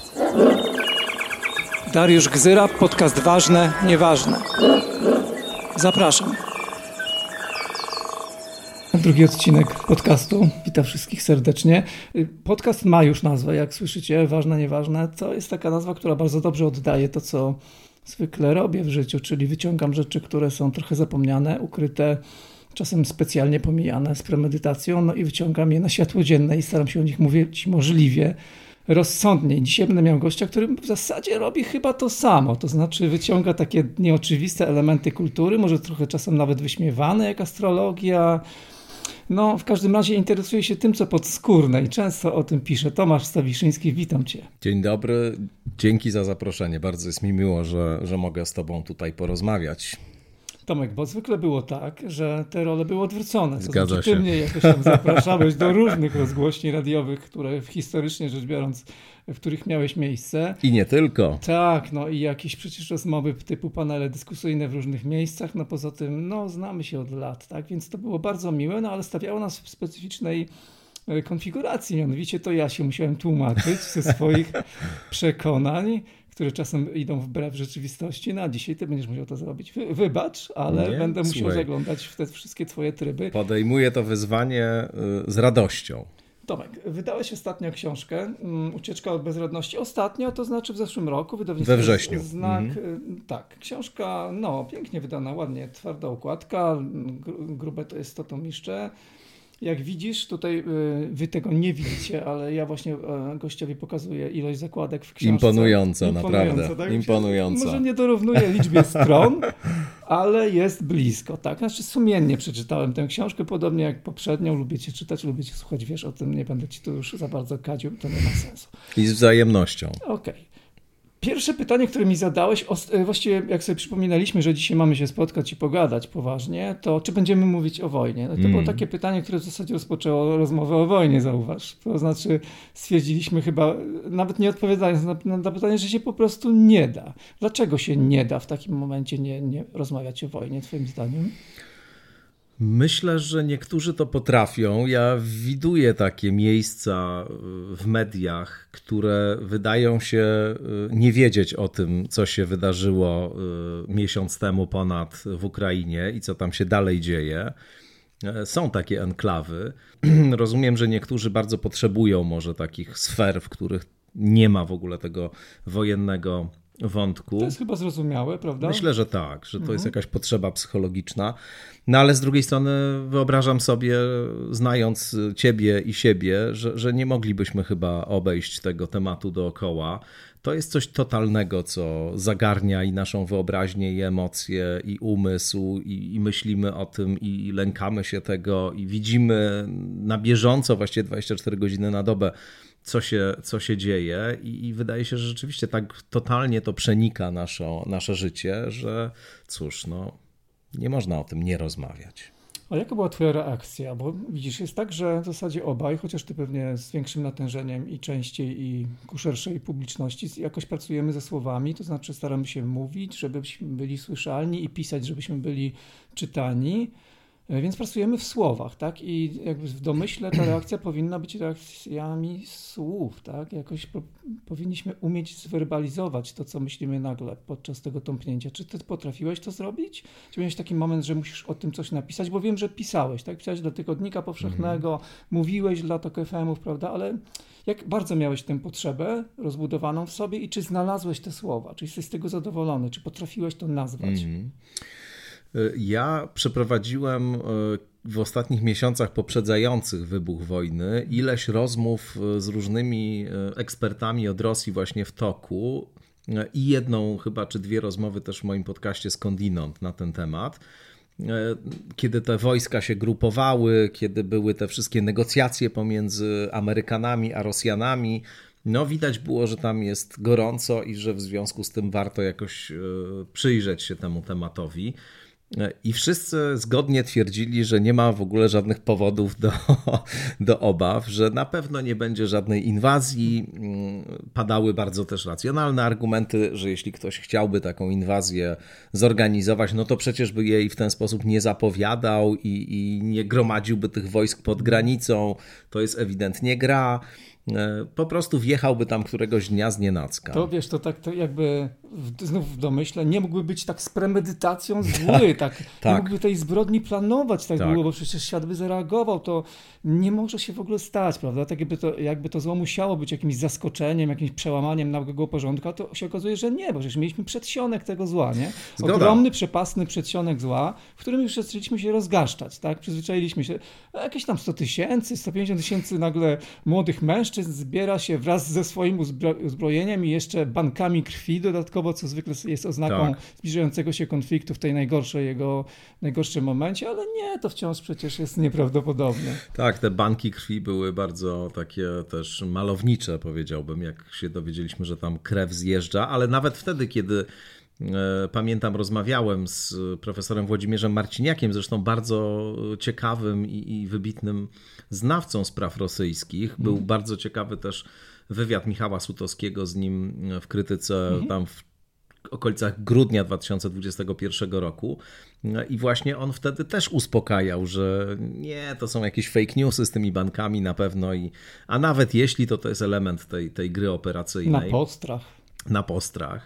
Dariusz Gzyra, podcast Ważne, Nieważne. Zapraszam. Drugi odcinek podcastu. Witam wszystkich serdecznie. Podcast ma już nazwę, jak słyszycie, Ważne, Nieważne. To jest taka nazwa, która bardzo dobrze oddaje to, co zwykle robię w życiu, czyli wyciągam rzeczy, które są trochę zapomniane, ukryte, czasem specjalnie pomijane z premedytacją, no i wyciągam je na światło dzienne i staram się o nich mówić możliwie rozsądnie. Dzisiaj będę miał gościa, który w zasadzie robi chyba to samo, to znaczy wyciąga takie nieoczywiste elementy kultury, może trochę czasem nawet wyśmiewane, jak astrologia. No, w każdym razie interesuje się tym, co podskórne i często o tym pisze. Tomasz Stawiszyński, witam Cię. Dzień dobry, dzięki za zaproszenie. Bardzo jest mi miło, że mogę z Tobą tutaj porozmawiać. Tomek, bo zwykle było tak, że te role były odwrócone. To Zgadza znaczy, się. Ty mnie jakoś tam zapraszałeś do różnych rozgłośni radiowych, które historycznie rzecz biorąc, w których miałeś miejsce. I nie tylko. Tak, no i jakieś przecież rozmowy typu panele dyskusyjne w różnych miejscach, no poza tym, no znamy się od lat, tak, więc to było bardzo miłe, no ale stawiało nas w specyficznej konfiguracji, mianowicie to ja się musiałem tłumaczyć ze swoich przekonań, które czasem idą wbrew rzeczywistości, no a dzisiaj ty będziesz musiał to zrobić. Wybacz, ale będę musiał zaglądać w te wszystkie twoje tryby. Podejmuję to wyzwanie z radością. Tomek, wydałeś ostatnio książkę Ucieczka od bezradności. Ostatnio, to znaczy w zeszłym roku. Wydawnictwo we wrześniu. Znak, tak, książka, no pięknie wydana, ładnie, twarda okładka, grube to jest to tomiszcze. Jak widzisz, tutaj wy tego nie widzicie, ale ja właśnie gościowi pokazuję ilość zakładek w książce. Imponująco, naprawdę. Tak? Imponująco. Może nie dorównuję liczbie stron, ale jest blisko. Tak? Znaczy sumiennie przeczytałem tę książkę, podobnie jak poprzednią. Lubię cię czytać, lubię cię słuchać. Wiesz o tym, nie będę ci tu już za bardzo kadził, to nie ma sensu. I z wzajemnością. Okej. Pierwsze pytanie, które mi zadałeś, właściwie jak sobie przypominaliśmy, że dzisiaj mamy się spotkać i pogadać poważnie, to czy będziemy mówić o wojnie? No to było takie pytanie, które w zasadzie rozpoczęło rozmowę o wojnie, zauważ. To znaczy stwierdziliśmy chyba, nawet nie odpowiadając na pytanie, że się po prostu nie da. Dlaczego się nie da w takim momencie nie rozmawiać o wojnie, twoim zdaniem? Myślę, że niektórzy to potrafią. Ja widuję takie miejsca w mediach, które wydają się nie wiedzieć o tym, co się wydarzyło miesiąc temu ponad w Ukrainie i co tam się dalej dzieje. Są takie enklawy. Rozumiem, że niektórzy bardzo potrzebują może takich sfer, w których nie ma w ogóle tego wojennego wątku. To jest chyba zrozumiałe, prawda? Myślę, że tak, że to jest jakaś potrzeba psychologiczna. No ale z drugiej strony wyobrażam sobie, znając ciebie i siebie, że nie moglibyśmy chyba obejść tego tematu dookoła. To jest coś totalnego, co zagarnia i naszą wyobraźnię, i emocje, i umysł, i myślimy o tym, i lękamy się tego, i widzimy na bieżąco, właściwie 24 godziny na dobę, co się dzieje i wydaje się, że rzeczywiście tak totalnie to przenika nasze życie, że cóż, no nie można o tym nie rozmawiać. A jaka była twoja reakcja? Bo widzisz, jest tak, że w zasadzie obaj, chociaż ty pewnie z większym natężeniem i częściej i ku szerszej publiczności, jakoś pracujemy ze słowami, to znaczy staramy się mówić, żebyśmy byli słyszalni i pisać, żebyśmy byli czytani. Więc pracujemy w słowach, tak? I jakby w domyśle ta reakcja powinna być reakcjami słów, tak? Jakoś powinniśmy umieć zwerbalizować to, co myślimy nagle podczas tego tąpnięcia. Czy ty potrafiłeś to zrobić? Czy miałeś taki moment, że musisz o tym coś napisać? Bo wiem, że pisałeś, tak? Pisałeś do Tygodnika Powszechnego, mówiłeś dla TOK FM-ów, prawda? Ale jak bardzo miałeś tę potrzebę rozbudowaną w sobie i czy znalazłeś te słowa? Czy jesteś z tego zadowolony? Czy potrafiłeś to nazwać? Ja przeprowadziłem w ostatnich miesiącach poprzedzających wybuch wojny ileś rozmów z różnymi ekspertami od Rosji właśnie w toku i jedną chyba czy dwie rozmowy też w moim podcaście Skądinąd na ten temat. Kiedy te wojska się grupowały, kiedy były te wszystkie negocjacje pomiędzy Amerykanami a Rosjanami, no widać było, że tam jest gorąco i że w związku z tym warto jakoś przyjrzeć się temu tematowi. I wszyscy zgodnie twierdzili, że nie ma w ogóle żadnych powodów do obaw, że na pewno nie będzie żadnej inwazji. Padały bardzo też racjonalne argumenty, że jeśli ktoś chciałby taką inwazję zorganizować, no to przecież by jej w ten sposób nie zapowiadał i nie gromadziłby tych wojsk pod granicą. To jest ewidentnie gra. po prostu wjechałby tam któregoś dnia znienacka. To wiesz, to jakby znów w domyśle nie mógłby być tak z premedytacją zły, tak. Nie mógłby tej zbrodni planować tak długo, bo przecież świat by zareagował, to nie może się w ogóle stać, prawda? Tak jakby to zło musiało być jakimś zaskoczeniem, jakimś przełamaniem nałego porządku, a to się okazuje, że nie, bo przecież mieliśmy przedsionek tego zła, nie? Zgoda. Ogromny, przepasny przedsionek zła, w którym już zaczęliśmy się rozgaszczać, tak? Przyzwyczailiśmy się. Jakieś tam 100 000, 150 000 nagle młodych mężczyzn zbiera się wraz ze swoim uzbrojeniem i jeszcze bankami krwi dodatkowo, co zwykle jest oznaką zbliżającego się konfliktu w tej najgorszym momencie, ale nie, to wciąż przecież jest nieprawdopodobne. Tak, te banki krwi były bardzo takie też malownicze, powiedziałbym, jak się dowiedzieliśmy, że tam krew zjeżdża, ale nawet wtedy, kiedy pamiętam, rozmawiałem z profesorem Włodzimierzem Marciniakiem, zresztą bardzo ciekawym i wybitnym znawcą spraw rosyjskich. Był bardzo ciekawy też wywiad Michała Sutowskiego z nim w Krytyce tam w okolicach grudnia 2021 roku. I właśnie on wtedy też uspokajał, że nie, to są jakieś fake newsy z tymi bankami na pewno, a nawet jeśli to jest element tej gry operacyjnej. Na postrach.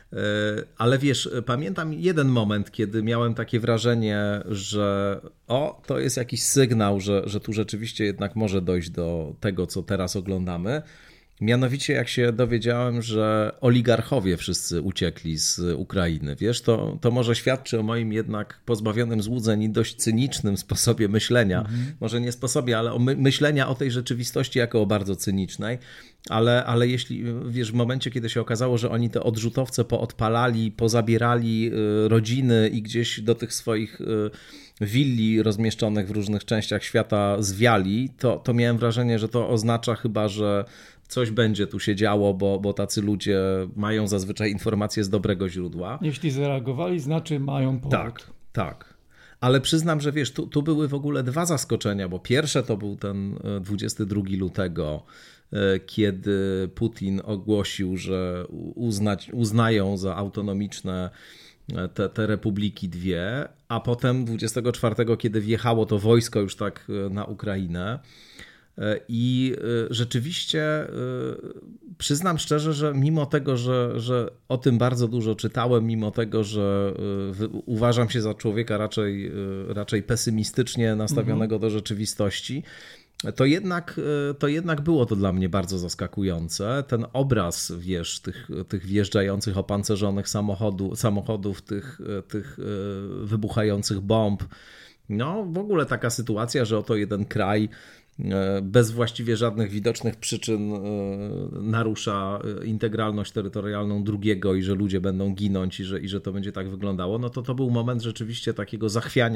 Ale wiesz, pamiętam jeden moment, kiedy miałem takie wrażenie, że to jest jakiś sygnał, że tu rzeczywiście jednak może dojść do tego, co teraz oglądamy. Mianowicie jak się dowiedziałem, że oligarchowie wszyscy uciekli z Ukrainy, wiesz, to może świadczy o moim jednak pozbawionym złudzeń i dość cynicznym sposobie myślenia. Może nie sposobie, ale myślenia o tej rzeczywistości jako o bardzo cynicznej. Ale jeśli, wiesz, w momencie, kiedy się okazało, że oni te odrzutowce poodpalali, pozabierali rodziny i gdzieś do tych swoich willi rozmieszczonych w różnych częściach świata zwiali, to miałem wrażenie, że to oznacza chyba, że coś będzie tu się działo, bo tacy ludzie mają zazwyczaj informacje z dobrego źródła. Jeśli zareagowali, znaczy mają powód. Tak. Ale przyznam, że wiesz, tu były w ogóle dwa zaskoczenia, bo pierwsze to był ten 22 lutego, kiedy Putin ogłosił, że uznają za autonomiczne te republiki dwie, a potem 24, kiedy wjechało to wojsko już tak na Ukrainę. I rzeczywiście przyznam szczerze, że mimo tego, że o tym bardzo dużo czytałem, mimo tego, że uważam się za człowieka raczej pesymistycznie nastawionego do rzeczywistości, to jednak było to dla mnie bardzo zaskakujące. Ten obraz, wiesz, tych wjeżdżających opancerzonych samochodów, tych wybuchających bomb, no w ogóle taka sytuacja, że oto jeden kraj bez właściwie żadnych widocznych przyczyn narusza integralność terytorialną drugiego i że ludzie będą ginąć i że to będzie tak wyglądało, no to był moment rzeczywiście takiego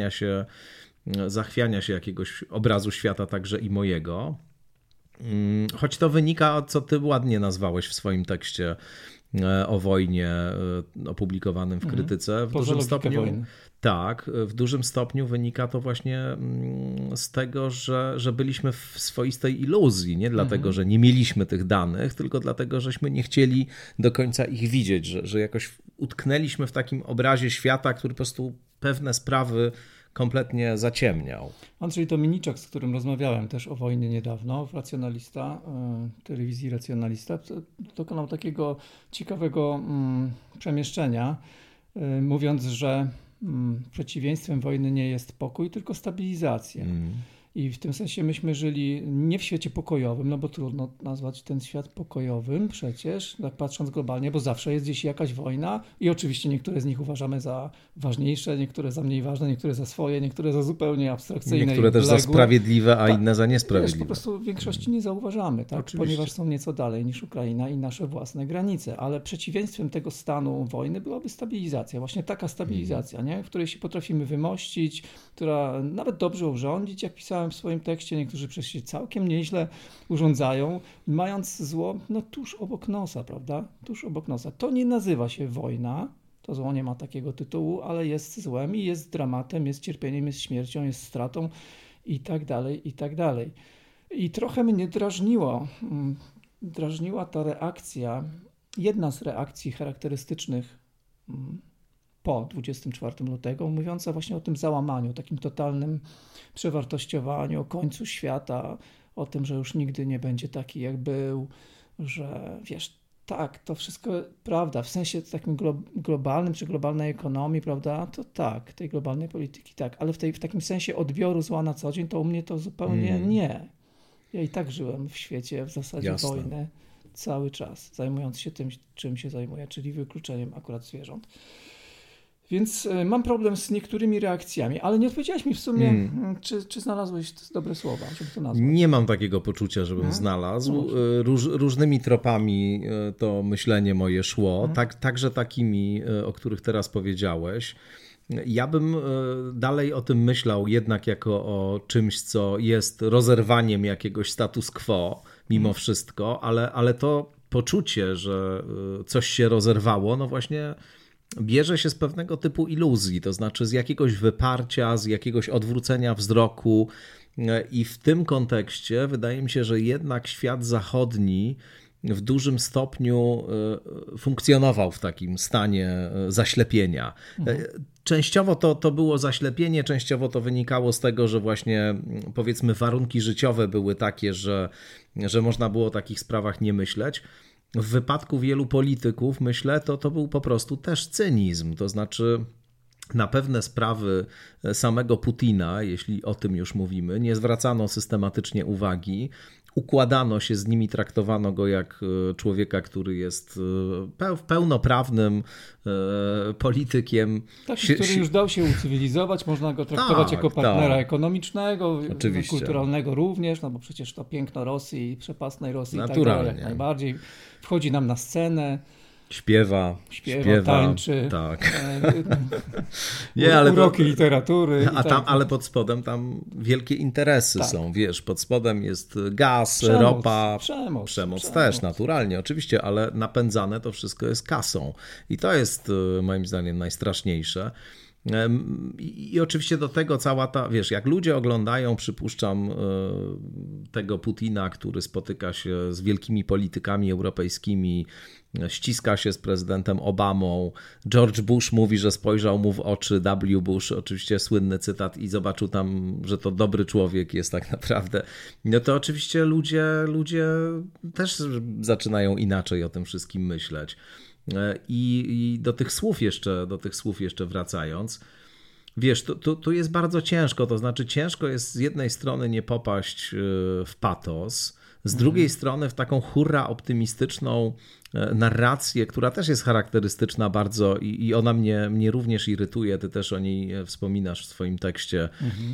zachwiania się jakiegoś obrazu świata, także i mojego. Choć to wynika, co ty ładnie nazwałeś w swoim tekście o wojnie opublikowanym w Krytyce. W dużym stopniu wojny. Tak, w dużym stopniu wynika to właśnie z tego, że byliśmy w swoistej iluzji. Nie dlatego, że nie mieliśmy tych danych, tylko dlatego, żeśmy nie chcieli do końca ich widzieć, że jakoś utknęliśmy w takim obrazie świata, który po prostu pewne sprawy kompletnie zaciemniał. Andrzej Dominiczak, z którym rozmawiałem też o wojnie niedawno, racjonalista, telewizji Racjonalista, dokonał takiego ciekawego przemieszczenia, mówiąc, że przeciwieństwem wojny nie jest pokój, tylko stabilizacja. I w tym sensie myśmy żyli nie w świecie pokojowym, no bo trudno nazwać ten świat pokojowym przecież, tak patrząc globalnie, bo zawsze jest gdzieś jakaś wojna i oczywiście niektóre z nich uważamy za ważniejsze, niektóre za mniej ważne, niektóre za swoje, niektóre za zupełnie abstrakcyjne. Niektóre też za sprawiedliwe, a inne za niesprawiedliwe. Wiesz, po prostu w większości nie zauważamy, tak? Ponieważ są nieco dalej niż Ukraina i nasze własne granice, ale przeciwieństwem tego stanu wojny byłaby stabilizacja, właśnie taka stabilizacja, nie? W której się potrafimy wymościć, która nawet dobrze urządzić, jak pisałem w swoim tekście, niektórzy przecież się całkiem nieźle urządzają, mając zło tuż obok nosa, prawda? Tuż obok nosa. To nie nazywa się wojna, to zło nie ma takiego tytułu, ale jest złem i jest dramatem, jest cierpieniem, jest śmiercią, jest stratą i tak dalej, i tak dalej. I trochę mnie drażniła ta reakcja, jedna z reakcji charakterystycznych po 24 lutego, mówiąca właśnie o tym załamaniu, takim totalnym przewartościowaniu, o końcu świata, o tym, że już nigdy nie będzie taki, jak był, że wiesz, tak, to wszystko prawda, w sensie takim globalnym, czy globalnej ekonomii, prawda, to tak, tej globalnej polityki, tak, ale w takim sensie odbioru zła na co dzień, to u mnie to zupełnie nie. Ja i tak żyłem w świecie w zasadzie wojny cały czas, zajmując się tym, czym się zajmuję, czyli wykluczeniem akurat zwierząt. Więc mam problem z niektórymi reakcjami, ale nie odpowiedziałeś mi w sumie, czy znalazłeś dobre słowa, żeby to nazwać. Nie mam takiego poczucia, żebym znalazł. Różnymi tropami to myślenie moje szło, także takimi, o których teraz powiedziałeś. Ja bym dalej o tym myślał jednak jako o czymś, co jest rozerwaniem jakiegoś status quo mimo wszystko, ale to poczucie, że coś się rozerwało, no właśnie bierze się z pewnego typu iluzji, to znaczy z jakiegoś wyparcia, z jakiegoś odwrócenia wzroku i w tym kontekście wydaje mi się, że jednak świat zachodni w dużym stopniu funkcjonował w takim stanie zaślepienia. Częściowo to było zaślepienie, częściowo to wynikało z tego, że właśnie powiedzmy warunki życiowe były takie, że można było o takich sprawach nie myśleć. W wypadku wielu polityków, myślę, to był po prostu też cynizm, to znaczy na pewne sprawy samego Putina, jeśli o tym już mówimy, nie zwracano systematycznie uwagi, układano się z nimi, traktowano go jak człowieka, który jest pełnoprawnym politykiem. Taki, który już dał się ucywilizować, można go traktować jako partnera ekonomicznego, oczywiście, kulturalnego również, no bo przecież to piękno Rosji, przepastnej Rosji naturalnie, i tak dalej, jak najbardziej wchodzi nam na scenę. Śpiewa, tańczy. Tak. Uroki literatury. Ale pod spodem tam wielkie interesy są, wiesz, pod spodem jest gaz, ropa, przemoc też, naturalnie, oczywiście, ale napędzane to wszystko jest kasą. I to jest moim zdaniem najstraszniejsze. I oczywiście do tego cała ta, wiesz, jak ludzie oglądają, przypuszczam, tego Putina, który spotyka się z wielkimi politykami europejskimi, ściska się z prezydentem Obamą, George Bush mówi, że spojrzał mu w oczy, W. Bush, oczywiście słynny cytat, i zobaczył tam, że to dobry człowiek jest tak naprawdę, no to oczywiście ludzie też zaczynają inaczej o tym wszystkim myśleć. I do tych słów jeszcze wracając, wiesz, tu jest bardzo ciężko, to znaczy ciężko jest z jednej strony nie popaść w patos, z drugiej strony w taką hurra optymistyczną narrację, która też jest charakterystyczna bardzo i ona mnie również irytuje, ty też o niej wspominasz w swoim tekście,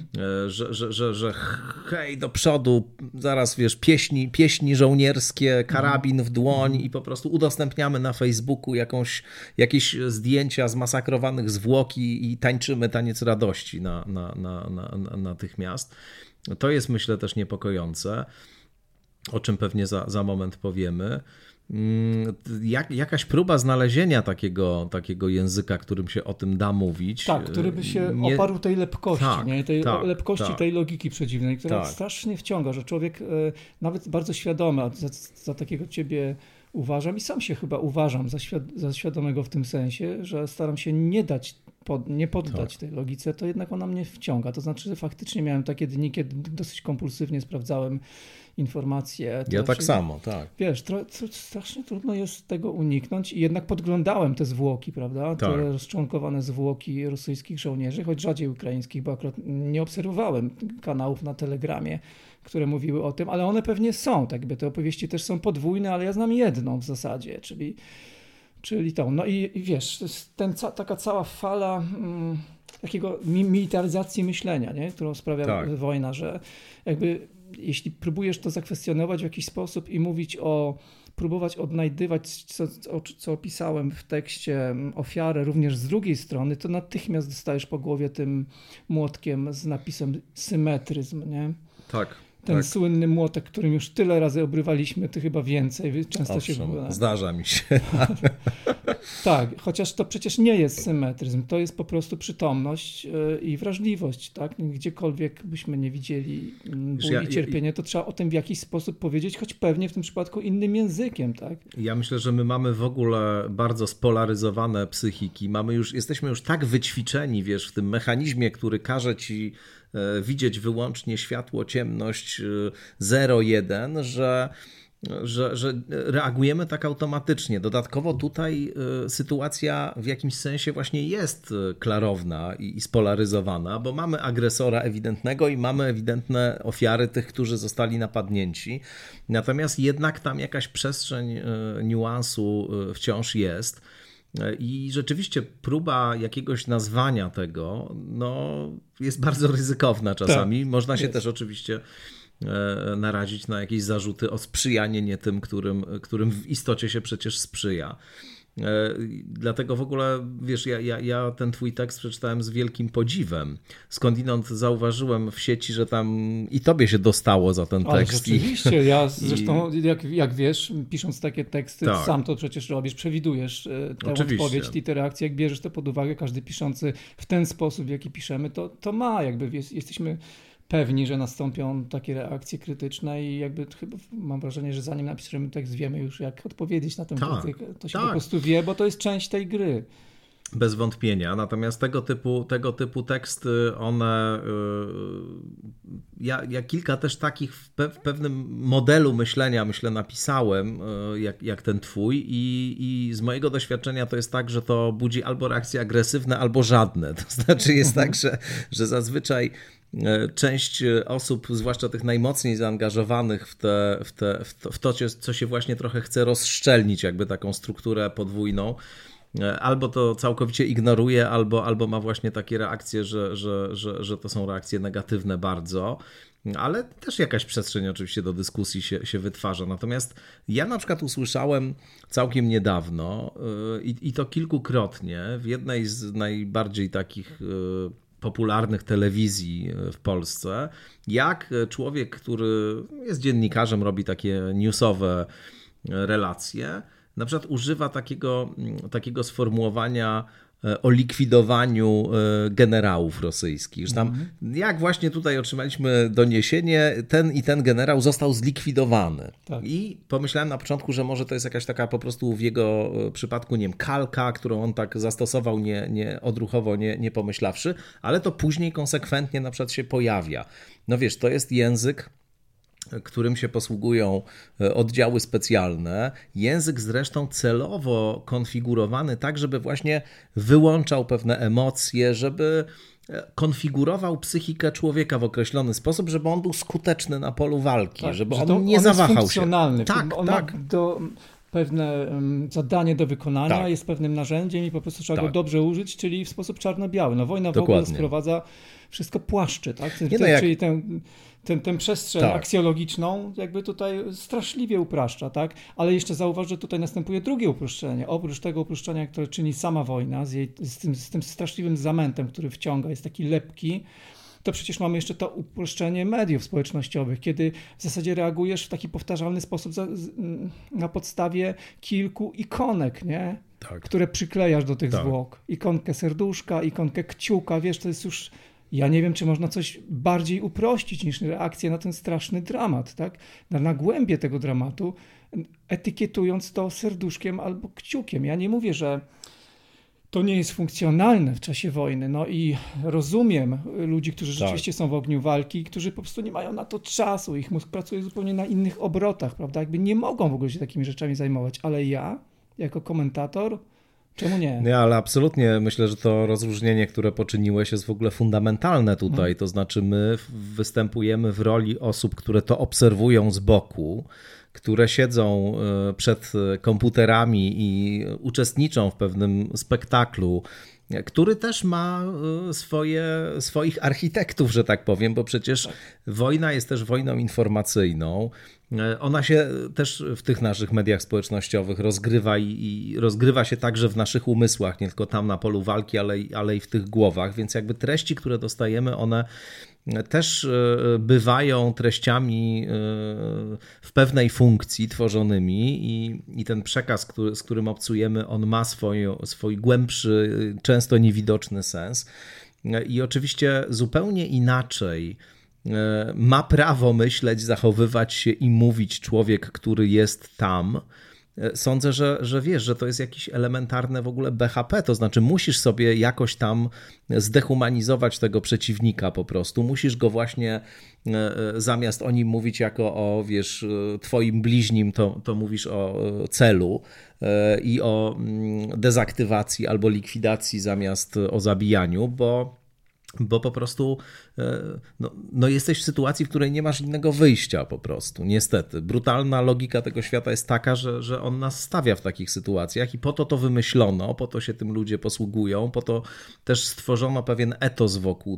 że hej, do przodu, zaraz wiesz, pieśni żołnierskie, karabin w dłoń i po prostu udostępniamy na Facebooku jakieś zdjęcia zmasakrowanych zwłok i tańczymy taniec radości natychmiast. To jest, myślę, też niepokojące, o czym pewnie za moment powiemy. Jakaś próba znalezienia takiego języka, którym się o tym da mówić. Tak, który by się oparł tej lepkości, tej logiki przedziwnej, która strasznie wciąga, że człowiek nawet bardzo świadomy, za takiego ciebie uważam i sam się chyba uważam za świadomego w tym sensie, że staram się nie poddać tej logice, to jednak ona mnie wciąga. To znaczy, że faktycznie miałem takie dni, kiedy dosyć kompulsywnie sprawdzałem informacje. Ja tak samo, tak. Wiesz, strasznie trudno jest tego uniknąć i jednak podglądałem te zwłoki, prawda? Te rozczłonkowane zwłoki rosyjskich żołnierzy, choć rzadziej ukraińskich, bo akurat nie obserwowałem kanałów na Telegramie, które mówiły o tym, ale one pewnie są, tak jakby te opowieści też są podwójne, ale ja znam jedną w zasadzie, czyli tą. No i wiesz, taka cała fala takiego militaryzacji myślenia, nie? Którą sprawia wojna, że jakby jeśli próbujesz to zakwestionować w jakiś sposób i próbować odnajdywać, co opisałem w tekście, ofiarę również z drugiej strony, to natychmiast dostajesz po głowie tym młotkiem z napisem symetryzm, nie? Tak. Ten słynny młotek, którym już tyle razy obrywaliśmy, ty chyba więcej. Często się zdarza mi się. Tak, chociaż to przecież nie jest symetryzm, to jest po prostu przytomność i wrażliwość, tak? Gdziekolwiek byśmy nie widzieli ból i cierpienie, to trzeba o tym w jakiś sposób powiedzieć, choć pewnie w tym przypadku innym językiem, tak? Ja myślę, że my mamy w ogóle bardzo spolaryzowane psychiki, jesteśmy już tak wyćwiczeni, wiesz, w tym mechanizmie, który każe ci widzieć wyłącznie światło, ciemność 0,1, że reagujemy tak automatycznie. Dodatkowo tutaj sytuacja w jakimś sensie właśnie jest klarowna i spolaryzowana, bo mamy agresora ewidentnego i mamy ewidentne ofiary tych, którzy zostali napadnięci. Natomiast jednak tam jakaś przestrzeń niuansu wciąż jest. I rzeczywiście próba jakiegoś nazwania tego jest bardzo ryzykowna czasami. Tak, można się jest. też oczywiście narazić na jakieś zarzuty o sprzyjanie nie tym, którym w istocie się przecież sprzyja. Dlatego w ogóle, wiesz, ja ten twój tekst przeczytałem z wielkim podziwem. Skądinąd zauważyłem w sieci, że tam i tobie się dostało za ten Ale tekst. rzeczywiście, ja zresztą, jak wiesz, pisząc takie teksty, Tak. sam to przecież robisz, przewidujesz tę odpowiedź i te reakcje, jak bierzesz to pod uwagę, każdy piszący w ten sposób, w jaki piszemy, to ma, jakby jesteśmy pewni, że nastąpią takie reakcje krytyczne i jakby chyba mam wrażenie, że zanim napiszemy tekst, wiemy już, jak odpowiedzieć na tę krytykę. To się po prostu wie, bo to jest część tej gry. Bez wątpienia. Natomiast tego typu teksty, one... Ja kilka też takich w pewnym modelu myślenia, napisałem, jak ten twój i z mojego doświadczenia to jest tak, że to budzi albo reakcje agresywne, albo żadne. To znaczy jest tak, że zazwyczaj część osób, zwłaszcza tych najmocniej zaangażowanych w to, co się właśnie trochę chce rozszczelnić, jakby taką strukturę podwójną, albo to całkowicie ignoruje, albo ma właśnie takie reakcje, że to są reakcje negatywne bardzo, ale też jakaś przestrzeń oczywiście do dyskusji się wytwarza. Natomiast ja na przykład usłyszałem całkiem niedawno i to kilkukrotnie w jednej z najbardziej takich popularnych telewizji w Polsce, jak człowiek, który jest dziennikarzem, robi takie newsowe relacje, na przykład używa takiego sformułowania o likwidowaniu generałów rosyjskich. Że tam, jak właśnie tutaj otrzymaliśmy doniesienie, ten i ten generał został zlikwidowany. Tak. I pomyślałem na początku, że może to jest jakaś taka po prostu w jego przypadku, nie wiem, kalka, którą on tak zastosował odruchowo, nie pomyślawszy, ale to później konsekwentnie na przykład się pojawia. No wiesz, to jest język, którym się posługują oddziały specjalne. Język zresztą celowo konfigurowany tak, żeby właśnie wyłączał pewne emocje, żeby konfigurował psychikę człowieka w określony sposób, żeby on był skuteczny na polu walki, Tak, żeby że on nie jest zawahał funkcjonalny. się. Tak, on tak. ma pewne zadanie do wykonania, Tak. jest pewnym narzędziem i po prostu trzeba go Tak. dobrze użyć, czyli w sposób czarno-biały. No wojna w Dokładnie. ogóle sprowadza wszystko płaszczy, tak? Jak... Czyli tę przestrzeń aksjologiczną jakby tutaj straszliwie upraszcza, tak? Ale jeszcze zauważ, że tutaj następuje drugie uproszczenie. Oprócz tego uproszczenia, które czyni sama wojna, z tym straszliwym zamętem, który wciąga, jest taki lepki, to przecież mamy jeszcze to uproszczenie mediów społecznościowych, kiedy w zasadzie reagujesz w taki powtarzalny sposób na podstawie kilku ikonek, nie? Tak. Które przyklejasz do tych zwłok. Ikonkę serduszka, ikonkę kciuka, wiesz, to jest już... Ja nie wiem, czy można coś bardziej uprościć niż reakcję na ten straszny dramat, tak? Na głębię tego dramatu, etykietując to serduszkiem albo kciukiem. Ja nie mówię, że to nie jest funkcjonalne w czasie wojny. No i rozumiem ludzi, którzy rzeczywiście są w ogniu walki, którzy po prostu nie mają na to czasu. Ich mózg pracuje zupełnie na innych obrotach, prawda? Jakby nie mogą w ogóle się takimi rzeczami zajmować. Ale ja, jako komentator, czemu nie? Nie, ale absolutnie myślę, że to rozróżnienie, które poczyniłeś, jest w ogóle fundamentalne tutaj. To znaczy my występujemy w roli osób, które to obserwują z boku, które siedzą przed komputerami i uczestniczą w pewnym spektaklu, który też ma swoich architektów, że tak powiem, bo przecież wojna jest też wojną informacyjną. Ona się też w tych naszych mediach społecznościowych rozgrywa i rozgrywa się także w naszych umysłach, nie tylko tam na polu walki, ale i w tych głowach, więc jakby treści, które dostajemy, one też bywają treściami w pewnej funkcji tworzonymi i ten przekaz, z którym obcujemy, on ma swój głębszy, często niewidoczny sens. I oczywiście zupełnie inaczej ma prawo myśleć, zachowywać się i mówić człowiek, który jest tam, sądzę, że wiesz, że to jest jakieś elementarne w ogóle BHP, to znaczy musisz sobie jakoś tam zdehumanizować tego przeciwnika po prostu, musisz go właśnie zamiast o nim mówić jako o, wiesz, twoim bliźnim, to mówisz o celu i o dezaktywacji albo likwidacji zamiast o zabijaniu, bo po prostu no jesteś w sytuacji, w której nie masz innego wyjścia po prostu, niestety. Brutalna logika tego świata jest taka, że on nas stawia w takich sytuacjach i po to wymyślono, po to się tym ludzie posługują, po to też stworzono pewien etos wokół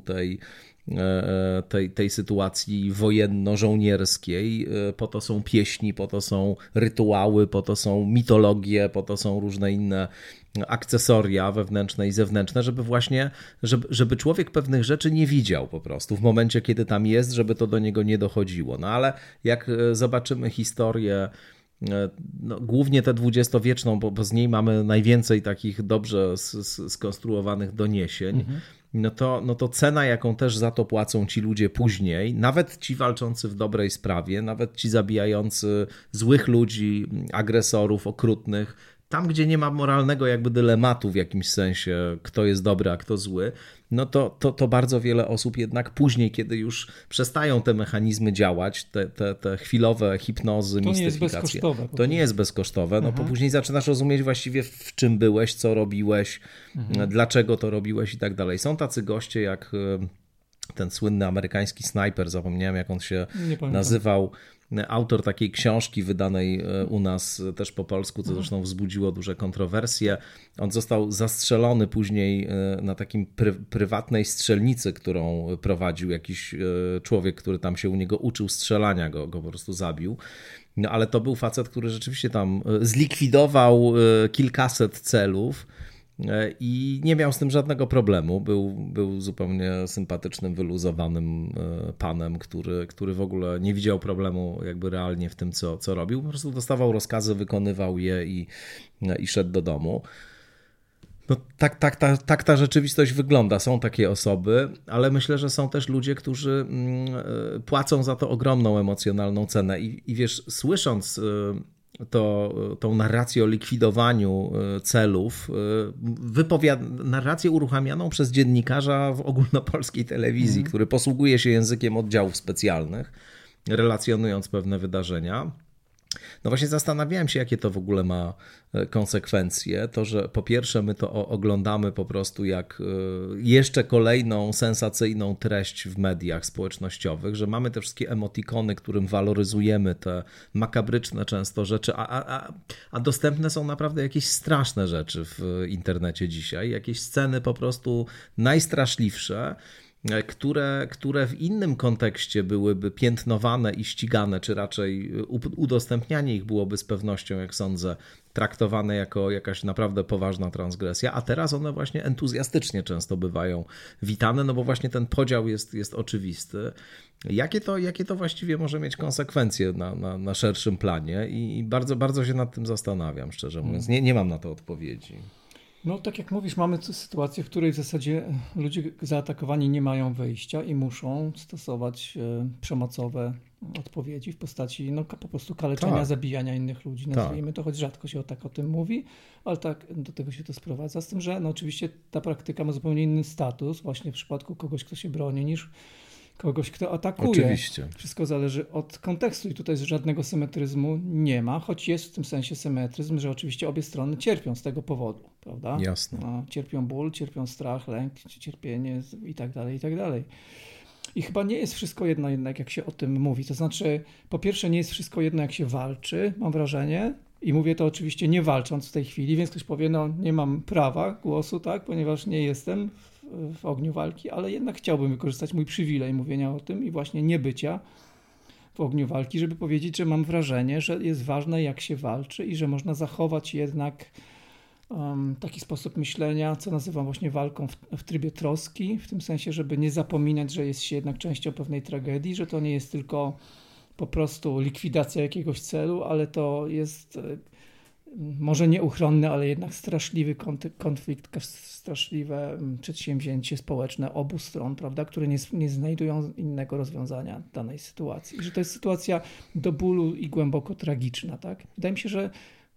tej sytuacji wojenno-żołnierskiej. Po to są pieśni, po to są rytuały, po to są mitologie, po to są różne inne akcesoria wewnętrzne i zewnętrzne, żeby właśnie, żeby człowiek pewnych rzeczy nie widział po prostu w momencie, kiedy tam jest, żeby to do niego nie dochodziło. No ale jak zobaczymy historię, no, głównie tę dwudziestowieczną, bo z niej mamy najwięcej takich dobrze skonstruowanych doniesień, no to cena, jaką też za to płacą ci ludzie później, nawet ci walczący w dobrej sprawie, nawet ci zabijający złych ludzi, agresorów, okrutnych, tam, gdzie nie ma moralnego jakby dylematu w jakimś sensie, kto jest dobry, a kto zły, no to bardzo wiele osób jednak później, kiedy już przestają te mechanizmy działać, te chwilowe hipnozy, to mistyfikacje, to nie jest bezkosztowe, no bo później zaczynasz rozumieć właściwie w czym byłeś, co robiłeś, dlaczego to robiłeś i tak dalej. Są tacy goście jak ten słynny amerykański snajper, zapomniałem jak on się nazywał, autor takiej książki wydanej u nas też po polsku, co zresztą wzbudziło duże kontrowersje. On został zastrzelony później na takim prywatnej strzelnicy, którą prowadził jakiś człowiek, który tam się u niego uczył strzelania, go po prostu zabił. No ale to był facet, który rzeczywiście tam zlikwidował kilkaset celów i nie miał z tym żadnego problemu. Był zupełnie sympatycznym, wyluzowanym panem, który w ogóle nie widział problemu jakby realnie w tym, co robił. Po prostu dostawał rozkazy, wykonywał je i szedł do domu. No, tak ta rzeczywistość wygląda. Są takie osoby, ale myślę, że są też ludzie, którzy płacą za to ogromną emocjonalną cenę. I wiesz, słysząc tą narrację o likwidowaniu celów, narrację uruchamianą przez dziennikarza w ogólnopolskiej telewizji, który posługuje się językiem oddziałów specjalnych, relacjonując pewne wydarzenia. No właśnie zastanawiałem się, jakie to w ogóle ma konsekwencje. To, że po pierwsze my to oglądamy po prostu jak jeszcze kolejną sensacyjną treść w mediach społecznościowych, że mamy te wszystkie emotikony, którym waloryzujemy te makabryczne często rzeczy, a dostępne są naprawdę jakieś straszne rzeczy w internecie dzisiaj. Jakieś sceny po prostu najstraszliwsze, które w innym kontekście byłyby piętnowane i ścigane, czy raczej udostępnianie ich byłoby z pewnością, jak sądzę, traktowane jako jakaś naprawdę poważna transgresja, a teraz one właśnie entuzjastycznie często bywają witane, no bo właśnie ten podział jest oczywisty. Jakie to właściwie może mieć konsekwencje na szerszym planie i bardzo, bardzo się nad tym zastanawiam, szczerze mówiąc. Nie mam na to odpowiedzi. No tak jak mówisz, mamy sytuację, w której w zasadzie ludzie zaatakowani nie mają wyjścia i muszą stosować przemocowe odpowiedzi w postaci po prostu kaleczenia, zabijania innych ludzi. Nazwijmy to, choć rzadko się o tym mówi, ale tak do tego się to sprowadza. Z tym, że oczywiście ta praktyka ma zupełnie inny status właśnie w przypadku kogoś, kto się broni, niż kogoś, kto atakuje. Oczywiście. Wszystko zależy od kontekstu i tutaj żadnego symetryzmu nie ma, choć jest w tym sensie symetryzm, że oczywiście obie strony cierpią z tego powodu, prawda? Jasne. Cierpią ból, cierpią strach, lęk, cierpienie i tak dalej, i tak dalej. I chyba nie jest wszystko jedno jednak, jak się o tym mówi. To znaczy, po pierwsze nie jest wszystko jedno, jak się walczy, mam wrażenie, i mówię to oczywiście nie walcząc w tej chwili, więc ktoś powie, nie mam prawa głosu, tak, ponieważ nie jestem w ogniu walki, ale jednak chciałbym wykorzystać mój przywilej mówienia o tym i właśnie niebycia w ogniu walki, żeby powiedzieć, że mam wrażenie, że jest ważne, jak się walczy i że można zachować jednak taki sposób myślenia, co nazywam właśnie walką w trybie troski, w tym sensie, żeby nie zapominać, że jest się jednak częścią pewnej tragedii, że to nie jest tylko po prostu likwidacja jakiegoś celu, ale to jest może nieuchronny, ale jednak straszliwy konflikt, straszliwe przedsięwzięcie społeczne obu stron, prawda, które nie znajdują innego rozwiązania danej sytuacji. I że to jest sytuacja do bólu i głęboko tragiczna. Tak? Wydaje mi się, że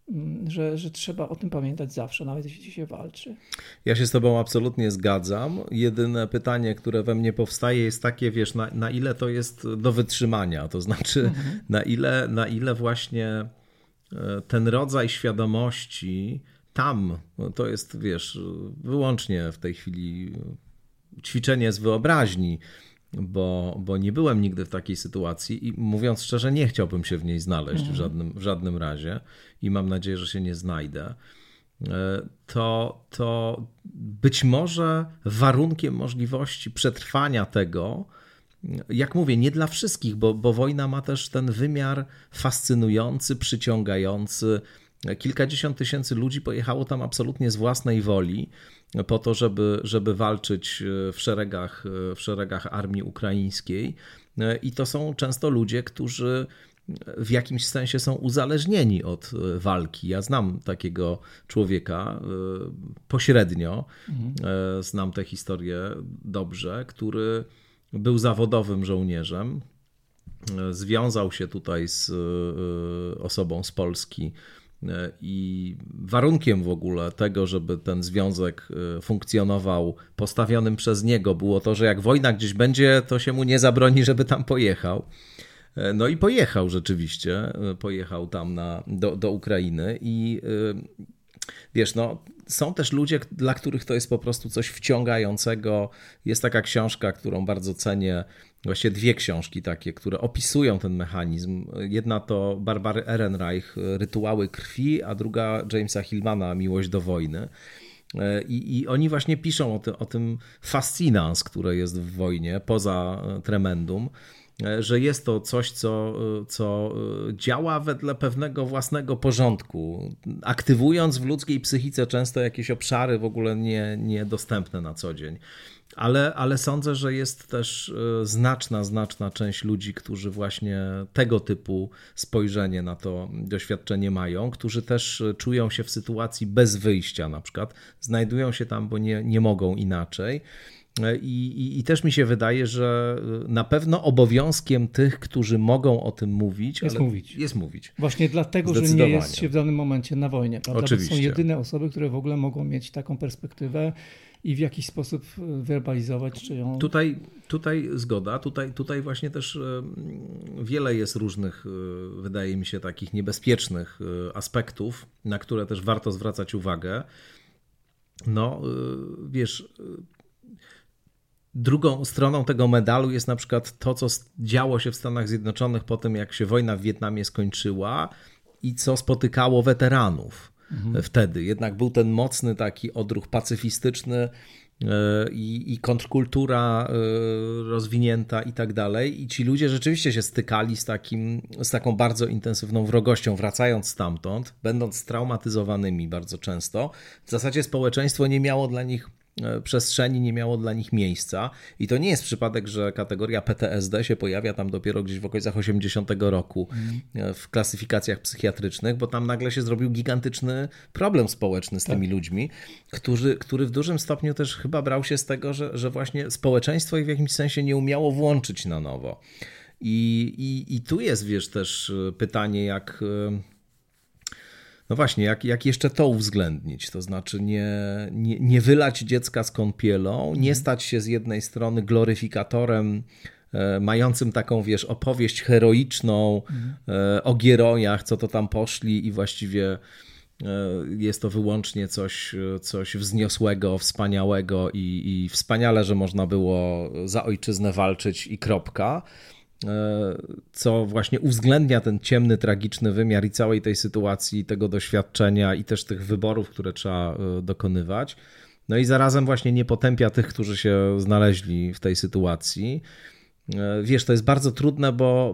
że trzeba o tym pamiętać zawsze, nawet jeśli się walczy. Ja się z tobą absolutnie zgadzam. Jedyne pytanie, które we mnie powstaje, jest takie, wiesz, na ile to jest do wytrzymania, to znaczy na ile właśnie ten rodzaj świadomości tam, to jest, wiesz, wyłącznie w tej chwili ćwiczenie z wyobraźni, bo nie byłem nigdy w takiej sytuacji i mówiąc szczerze, nie chciałbym się w niej znaleźć w żadnym razie i mam nadzieję, że się nie znajdę. To być może warunkiem możliwości przetrwania tego, jak mówię, nie dla wszystkich, bo wojna ma też ten wymiar fascynujący, przyciągający. Kilkadziesiąt tysięcy ludzi pojechało tam absolutnie z własnej woli po to, żeby walczyć w szeregach armii ukraińskiej. I to są często ludzie, którzy w jakimś sensie są uzależnieni od walki. Ja znam takiego człowieka pośrednio, znam tę historię dobrze, który był zawodowym żołnierzem, związał się tutaj z osobą z Polski i warunkiem w ogóle tego, żeby ten związek funkcjonował postawionym przez niego było to, że jak wojna gdzieś będzie, to się mu nie zabroni, żeby tam pojechał. No i pojechał rzeczywiście, pojechał tam do Ukrainy i wiesz, no są też ludzie, dla których to jest po prostu coś wciągającego. Jest taka książka, którą bardzo cenię, właściwie dwie książki takie, które opisują ten mechanizm. Jedna to Barbary Ehrenreich, Rytuały krwi, a druga Jamesa Hillmana, Miłość do wojny. I oni właśnie piszą o tym fascinans, które jest w wojnie, poza tremendum, że jest to coś, co działa wedle pewnego własnego porządku, aktywując w ludzkiej psychice często jakieś obszary w ogóle niedostępne na co dzień. Ale sądzę, że jest też znaczna część ludzi, którzy właśnie tego typu spojrzenie na to doświadczenie mają, którzy też czują się w sytuacji bez wyjścia na przykład, znajdują się tam, bo nie mogą inaczej. I też mi się wydaje, że na pewno obowiązkiem tych, którzy mogą o tym mówić, jest mówić. Właśnie dlatego, że nie jest się w danym momencie na wojnie. Prawda? Oczywiście. Bo są jedyne osoby, które w ogóle mogą mieć taką perspektywę i w jakiś sposób werbalizować, czy ją... Tutaj zgoda, tutaj właśnie też wiele jest różnych, wydaje mi się, takich niebezpiecznych aspektów, na które też warto zwracać uwagę. No, wiesz... Drugą stroną tego medalu jest na przykład to, co działo się w Stanach Zjednoczonych po tym, jak się wojna w Wietnamie skończyła i co spotykało weteranów wtedy. Jednak był ten mocny taki odruch pacyfistyczny i kontrkultura rozwinięta i tak dalej. I ci ludzie rzeczywiście się stykali z taką bardzo intensywną wrogością, wracając stamtąd, będąc straumatyzowanymi bardzo często. W zasadzie społeczeństwo nie miało dla nich przestrzeni, nie miało dla nich miejsca. I to nie jest przypadek, że kategoria PTSD się pojawia tam dopiero gdzieś w okolicach 80 roku w klasyfikacjach psychiatrycznych, bo tam nagle się zrobił gigantyczny problem społeczny z tymi ludźmi, który w dużym stopniu też chyba brał się z tego, że właśnie społeczeństwo ich w jakimś sensie nie umiało włączyć na nowo. I tu jest, wiesz, też pytanie, jak... No właśnie, jak jeszcze to uwzględnić? To znaczy nie wylać dziecka z kąpielą, nie stać się z jednej strony gloryfikatorem mającym taką, wiesz, opowieść heroiczną o gierojach, co to tam poszli i właściwie jest to wyłącznie coś wzniosłego, wspaniałego i wspaniale, że można było za ojczyznę walczyć i kropka. Co właśnie uwzględnia ten ciemny, tragiczny wymiar i całej tej sytuacji, tego doświadczenia i też tych wyborów, które trzeba dokonywać. No i zarazem właśnie nie potępia tych, którzy się znaleźli w tej sytuacji. Wiesz, to jest bardzo trudne,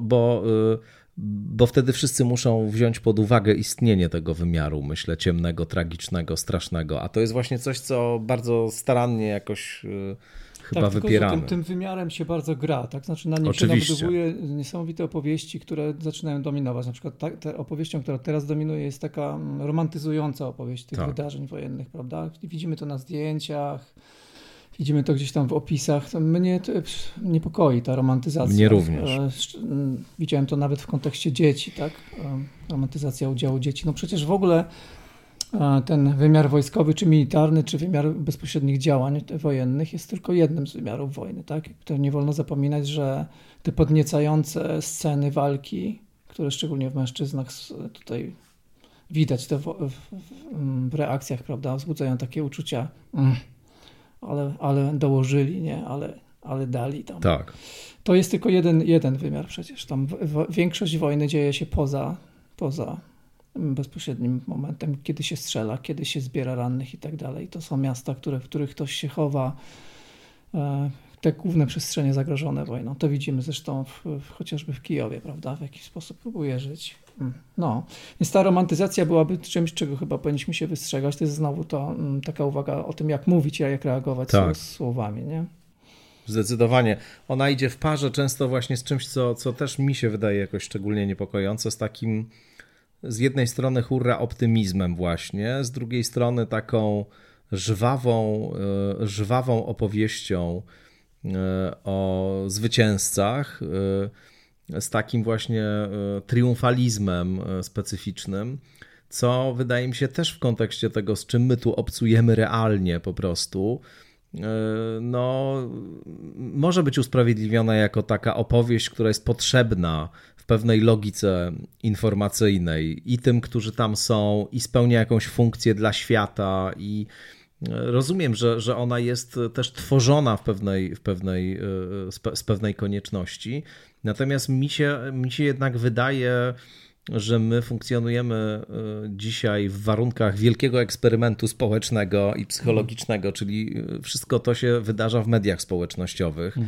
bo wtedy wszyscy muszą wziąć pod uwagę istnienie tego wymiaru, myślę, ciemnego, tragicznego, strasznego. A to jest właśnie coś, co bardzo starannie jakoś... chyba wypieramy. Tylko, że tym wymiarem się bardzo gra, tak? Znaczy na nim się nabudowuje niesamowite opowieści, które zaczynają dominować. Na przykład te opowieścią, która teraz dominuje, jest taka romantyzująca opowieść tych wydarzeń wojennych, prawda? Widzimy to na zdjęciach, widzimy to gdzieś tam w opisach. To mnie to niepokoi ta romantyzacja. Mnie również. Widziałem to nawet w kontekście dzieci, tak? Romantyzacja udziału dzieci. No przecież w ogóle ten wymiar wojskowy, czy militarny, czy wymiar bezpośrednich działań wojennych jest tylko jednym z wymiarów wojny, tak? To nie wolno zapominać, że te podniecające sceny walki, które szczególnie w mężczyznach tutaj widać to w reakcjach, prawda, wzbudzają takie uczucia, ale dołożyli, nie? Ale dali tam. Tak. To jest tylko jeden wymiar przecież. Tam większość wojny dzieje się poza bezpośrednim momentem, kiedy się strzela, kiedy się zbiera rannych i tak dalej. To są miasta, w których ktoś się chowa, te główne przestrzenie zagrożone wojną. To widzimy zresztą chociażby w Kijowie, prawda? W jakiś sposób próbuje żyć. No, więc ta romantyzacja byłaby czymś, czego chyba powinniśmy się wystrzegać. To jest znowu taka uwaga o tym, jak mówić, a jak reagować słowami, nie? Zdecydowanie. Ona idzie w parze często właśnie z czymś, co też mi się wydaje jakoś szczególnie niepokojące, z takim z jednej strony hurra optymizmem właśnie, z drugiej strony taką żwawą opowieścią o zwycięzcach, z takim właśnie triumfalizmem specyficznym, co wydaje mi się też w kontekście tego, z czym my tu obcujemy realnie po prostu, no, może być usprawiedliwiona jako taka opowieść, która jest potrzebna w pewnej logice informacyjnej i tym, którzy tam są, i spełnia jakąś funkcję dla świata, i rozumiem, że ona jest też tworzona z pewnej konieczności. Natomiast mi się jednak wydaje, że my funkcjonujemy dzisiaj w warunkach wielkiego eksperymentu społecznego i psychologicznego, czyli wszystko to się wydarza w mediach społecznościowych.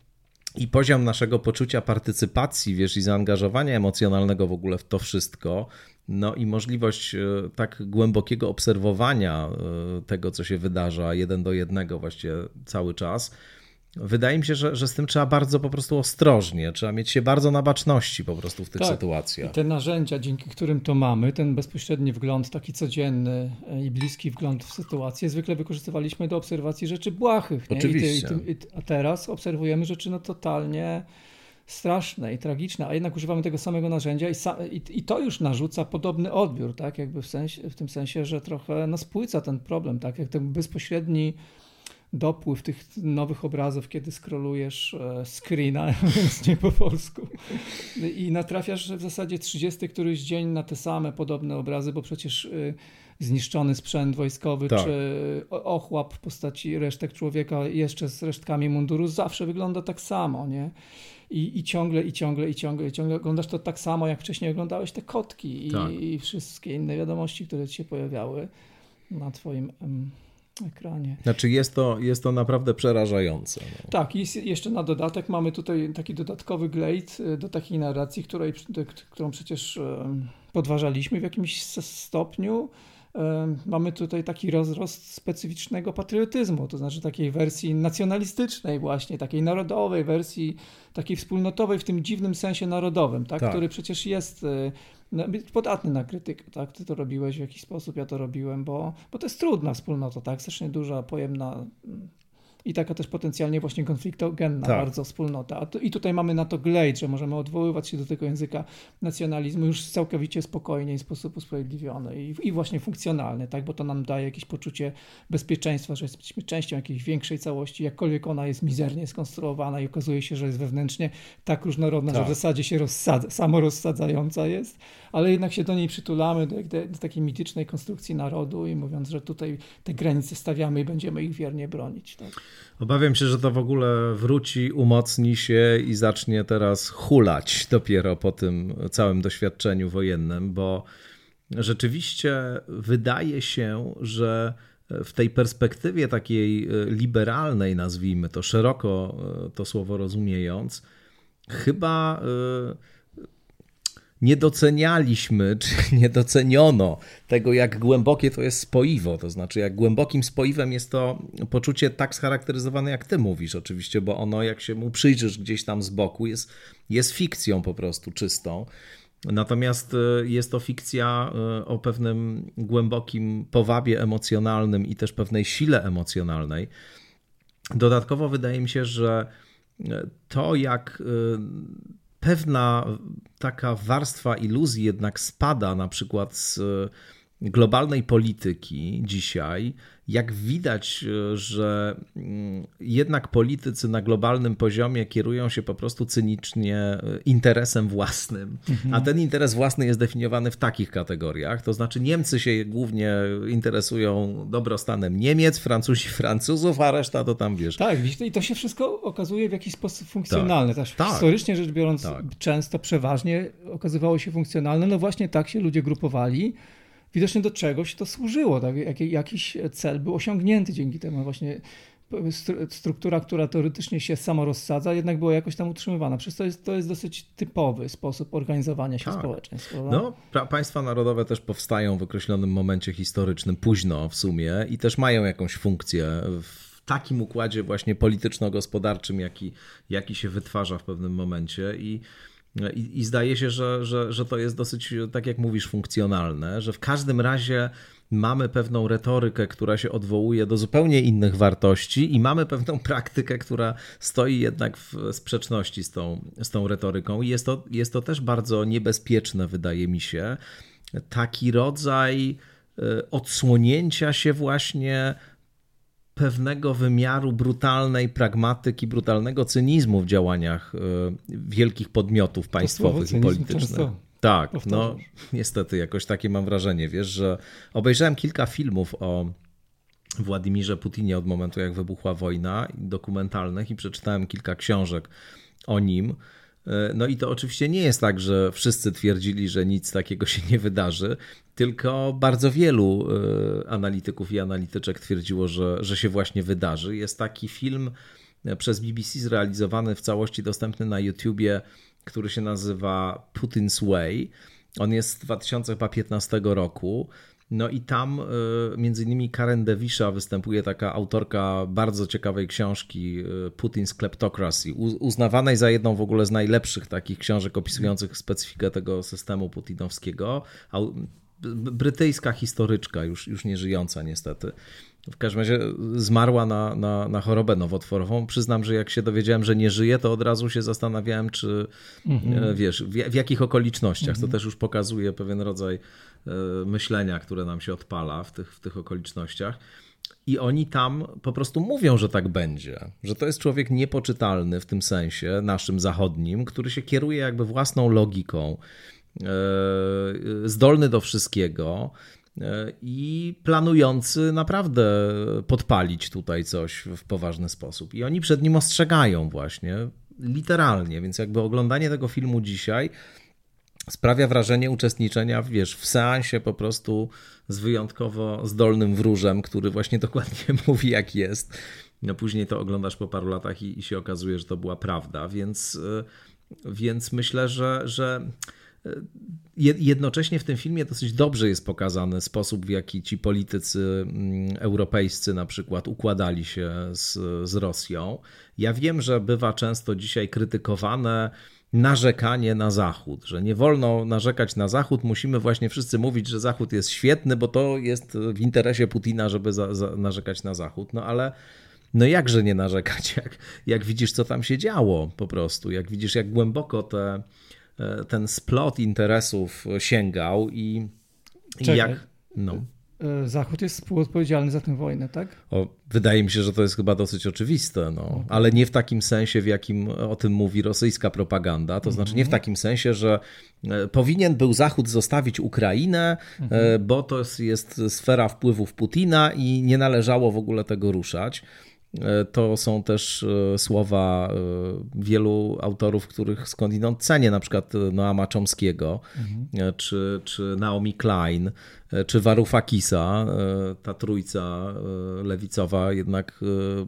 I poziom naszego poczucia partycypacji, wiesz, i zaangażowania emocjonalnego w ogóle w to wszystko, no i możliwość tak głębokiego obserwowania tego, co się wydarza 1:1 właściwie cały czas. Wydaje mi się, że z tym trzeba bardzo po prostu ostrożnie, trzeba mieć się bardzo na baczności po prostu w tych sytuacjach. I te narzędzia, dzięki którym to mamy, ten bezpośredni wgląd, taki codzienny i bliski wgląd w sytuację, zwykle wykorzystywaliśmy do obserwacji rzeczy błahych. Nie? Oczywiście. A teraz obserwujemy rzeczy totalnie straszne i tragiczne, a jednak używamy tego samego narzędzia i to już narzuca podobny odbiór, tak? Jakby w tym sensie, że trochę spłyca ten problem, tak? Jak ten bezpośredni dopływ tych nowych obrazów, kiedy scrollujesz screena, więc nie po polsku, i natrafiasz w zasadzie 30 któryś dzień na te same podobne obrazy, bo przecież zniszczony sprzęt wojskowy, czy ochłap w postaci resztek człowieka jeszcze z resztkami munduru zawsze wygląda tak samo, nie? I ciągle oglądasz to tak samo, jak wcześniej oglądałeś te kotki i wszystkie inne wiadomości, które ci się pojawiały na twoim ekranie. Znaczy jest to naprawdę przerażające. No. Tak, i jeszcze na dodatek mamy tutaj taki dodatkowy glejt do takiej narracji, którą przecież podważaliśmy w jakimś stopniu. Mamy tutaj taki rozrost specyficznego patriotyzmu, to znaczy takiej wersji nacjonalistycznej właśnie, takiej narodowej wersji, takiej wspólnotowej w tym dziwnym sensie narodowym, tak? Który przecież jest podatny na krytykę, tak? Ty to robiłeś w jakiś sposób, ja to robiłem, bo to jest trudna wspólnota, tak? Strasznie duża, pojemna i taka też potencjalnie właśnie konfliktogenna bardzo wspólnota. I tutaj mamy na to glejt, że możemy odwoływać się do tego języka nacjonalizmu już całkowicie spokojnie, w sposób usprawiedliwiony i właśnie funkcjonalny, tak? Bo to nam daje jakieś poczucie bezpieczeństwa, że jesteśmy częścią jakiejś większej całości, jakkolwiek ona jest mizernie skonstruowana i okazuje się, że jest wewnętrznie tak różnorodna, że w zasadzie się samorozsadzająca jest, ale jednak się do niej przytulamy, do takiej mitycznej konstrukcji narodu i mówiąc, że tutaj te granice stawiamy i będziemy ich wiernie bronić. Tak? Obawiam się, że to w ogóle wróci, umocni się i zacznie teraz hulać dopiero po tym całym doświadczeniu wojennym, bo rzeczywiście wydaje się, że w tej perspektywie takiej liberalnej, nazwijmy to szeroko to słowo rozumiejąc, chyba nie docenialiśmy, czy nie doceniono tego, jak głębokie to jest spoiwo. To znaczy, jak głębokim spoiwem jest to poczucie tak scharakteryzowane, jak ty mówisz oczywiście, bo ono, jak się mu przyjrzysz gdzieś tam z boku, jest fikcją po prostu czystą. Natomiast jest to fikcja o pewnym głębokim powabie emocjonalnym i też pewnej sile emocjonalnej. Dodatkowo wydaje mi się, że to jak pewna taka warstwa iluzji jednak spada na przykład z globalnej polityki dzisiaj, jak widać, że jednak politycy na globalnym poziomie kierują się po prostu cynicznie interesem własnym, a ten interes własny jest definiowany w takich kategoriach, to znaczy Niemcy się głównie interesują dobrostanem Niemiec, Francuzi Francuzów, a reszta to tam wiesz. Tak, i to się wszystko okazuje w jakiś sposób funkcjonalne. Tak. Historycznie rzecz biorąc, często, przeważnie okazywało się funkcjonalne. No właśnie tak się ludzie grupowali. Widocznie do czegoś to służyło, tak? Jakiś cel był osiągnięty dzięki temu. Właśnie struktura, która teoretycznie się samo rozsadza, jednak była jakoś tam utrzymywana. Przecież to jest dosyć typowy sposób organizowania się społeczeństw. No, państwa narodowe też powstają w określonym momencie historycznym, późno w sumie i też mają jakąś funkcję w takim układzie właśnie polityczno-gospodarczym, jaki się wytwarza w pewnym momencie i zdaje się, że to jest dosyć, tak jak mówisz, funkcjonalne, że w każdym razie mamy pewną retorykę, która się odwołuje do zupełnie innych wartości i mamy pewną praktykę, która stoi jednak w sprzeczności z tą retoryką. I jest to też bardzo niebezpieczne, wydaje mi się, taki rodzaj odsłonięcia się właśnie pewnego wymiaru brutalnej pragmatyki, brutalnego cynizmu w działaniach wielkich podmiotów państwowych i politycznych. Tak, no niestety jakoś takie mam wrażenie, wiesz, że obejrzałem kilka filmów o Władimirze Putinie od momentu, jak wybuchła wojna, dokumentalnych i przeczytałem kilka książek o nim. No i to oczywiście nie jest tak, że wszyscy twierdzili, że nic takiego się nie wydarzy, tylko bardzo wielu analityków i analityczek twierdziło, że się właśnie wydarzy. Jest taki film przez BBC zrealizowany, w całości dostępny na YouTubie, który się nazywa Putin's Way. On jest z 2015 roku. No i tam między innymi Karen Devisha występuje, taka autorka bardzo ciekawej książki Putin's Kleptocracy, uznawanej za jedną w ogóle z najlepszych takich książek opisujących specyfikę tego systemu putinowskiego. Brytyjska historyczka, już nie żyjąca niestety. W każdym razie zmarła na chorobę nowotworową. Przyznam, że jak się dowiedziałem, że nie żyje, to od razu się zastanawiałem, czy wiesz, w jakich okolicznościach. To też już pokazuje pewien rodzaj myślenia, które nam się odpala w tych okolicznościach. I oni tam po prostu mówią, że tak będzie, że to jest człowiek niepoczytalny w tym sensie, naszym zachodnim, który się kieruje jakby własną logiką, zdolny do wszystkiego i planujący naprawdę podpalić tutaj coś w poważny sposób. I oni przed nim ostrzegają właśnie, literalnie, więc jakby oglądanie tego filmu dzisiaj sprawia wrażenie uczestniczenia, wiesz, w seansie po prostu z wyjątkowo zdolnym wróżem, który właśnie dokładnie mówi, jak jest. No później to oglądasz po paru latach i się okazuje, że to była prawda, więc myślę, że jednocześnie w tym filmie dosyć dobrze jest pokazany sposób, w jaki ci politycy europejscy na przykład układali się z Rosją. Ja wiem, że bywa często dzisiaj krytykowane narzekanie na Zachód, że nie wolno narzekać na Zachód, musimy właśnie wszyscy mówić, że Zachód jest świetny, bo to jest w interesie Putina, żeby narzekać na Zachód. No ale no jakże nie narzekać, jak widzisz, co tam się działo po prostu, jak widzisz, jak głęboko ten splot interesów sięgał i jak... No. Zachód jest współodpowiedzialny za tę wojnę, tak? Wydaje mi się, że to jest chyba dosyć oczywiste, no. Ale nie w takim sensie, w jakim o tym mówi rosyjska propaganda. To znaczy nie w takim sensie, że powinien był Zachód zostawić Ukrainę, bo to jest sfera wpływów Putina i nie należało w ogóle tego ruszać. To są też słowa wielu autorów, których skądinąd cenię, na przykład Noama Chomskiego, czy Naomi Klein, czy Varoufakisa. Ta trójca lewicowa jednak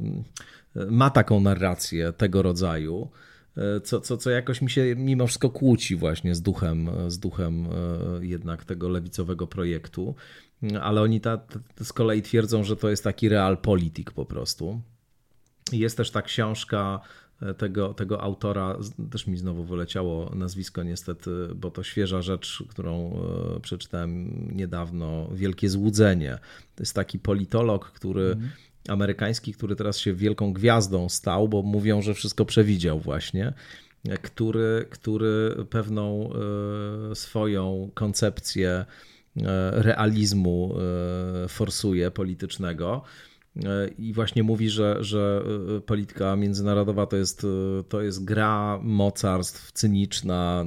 ma taką narrację tego rodzaju, co jakoś mi się mimo wszystko kłóci właśnie z duchem jednak tego lewicowego projektu. Ale oni z kolei twierdzą, że to jest taki realpolitik po prostu. Jest też ta książka tego autora, też mi znowu wyleciało nazwisko niestety, bo to świeża rzecz, którą przeczytałem niedawno, Wielkie Złudzenie. To jest taki politolog, który amerykański, który teraz się wielką gwiazdą stał, bo mówią, że wszystko przewidział właśnie, który pewną swoją koncepcję realizmu forsuje politycznego i właśnie mówi, że polityka międzynarodowa to jest gra mocarstw cyniczna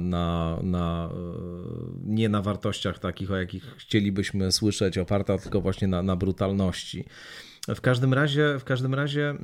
nie na wartościach takich, o jakich chcielibyśmy słyszeć, oparta tylko właśnie na brutalności. W każdym razie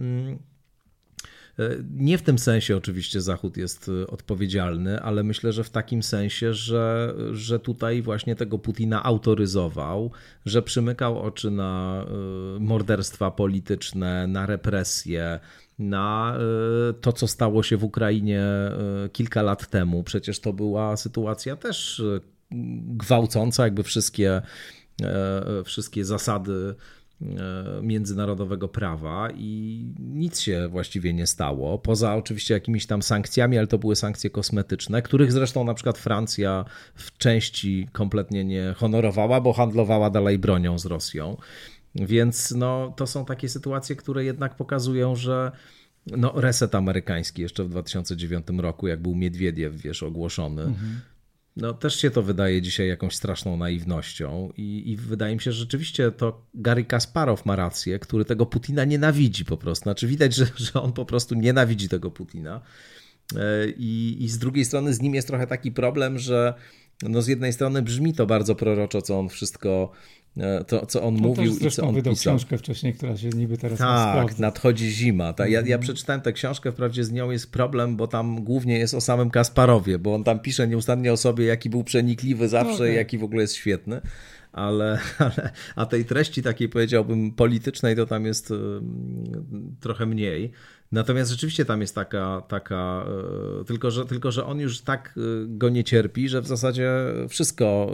nie w tym sensie oczywiście Zachód jest odpowiedzialny, ale myślę, że w takim sensie, że tutaj właśnie tego Putina autoryzował, że przymykał oczy na morderstwa polityczne, na represje, na to, co stało się w Ukrainie kilka lat temu. Przecież to była sytuacja też gwałcąca jakby wszystkie zasady międzynarodowego prawa i nic się właściwie nie stało, poza oczywiście jakimiś tam sankcjami, ale to były sankcje kosmetyczne, których zresztą na przykład Francja w części kompletnie nie honorowała, bo handlowała dalej bronią z Rosją. Więc no, to są takie sytuacje, które jednak pokazują, że reset amerykański jeszcze w 2009 roku, jak był Miedwiediew, ogłoszony, no też się to wydaje dzisiaj jakąś straszną naiwnością i wydaje mi się, że rzeczywiście to Garry Kasparow ma rację, który tego Putina nienawidzi po prostu. Znaczy widać, że on po prostu nienawidzi tego Putina i z drugiej strony z nim jest trochę taki problem, że z jednej strony brzmi to bardzo proroczo, co on wszystko, to co on mówił i co on wydał pisał. książkę wcześniej, która się niby teraz Tak, nadchodzi zima. Ja przeczytałem tę książkę, wprawdzie z nią jest problem, bo tam głównie jest o samym Kasparowie, bo on tam pisze nieustannie o sobie, jaki był przenikliwy zawsze i jaki w ogóle jest świetny. A tej treści takiej, powiedziałbym, politycznej to tam jest trochę mniej. Natomiast rzeczywiście tam jest taka tylko że on już tak go nie cierpi, że w zasadzie wszystko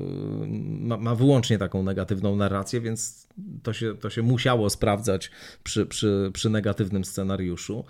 ma wyłącznie taką negatywną narrację, więc to się musiało sprawdzać przy negatywnym scenariuszu.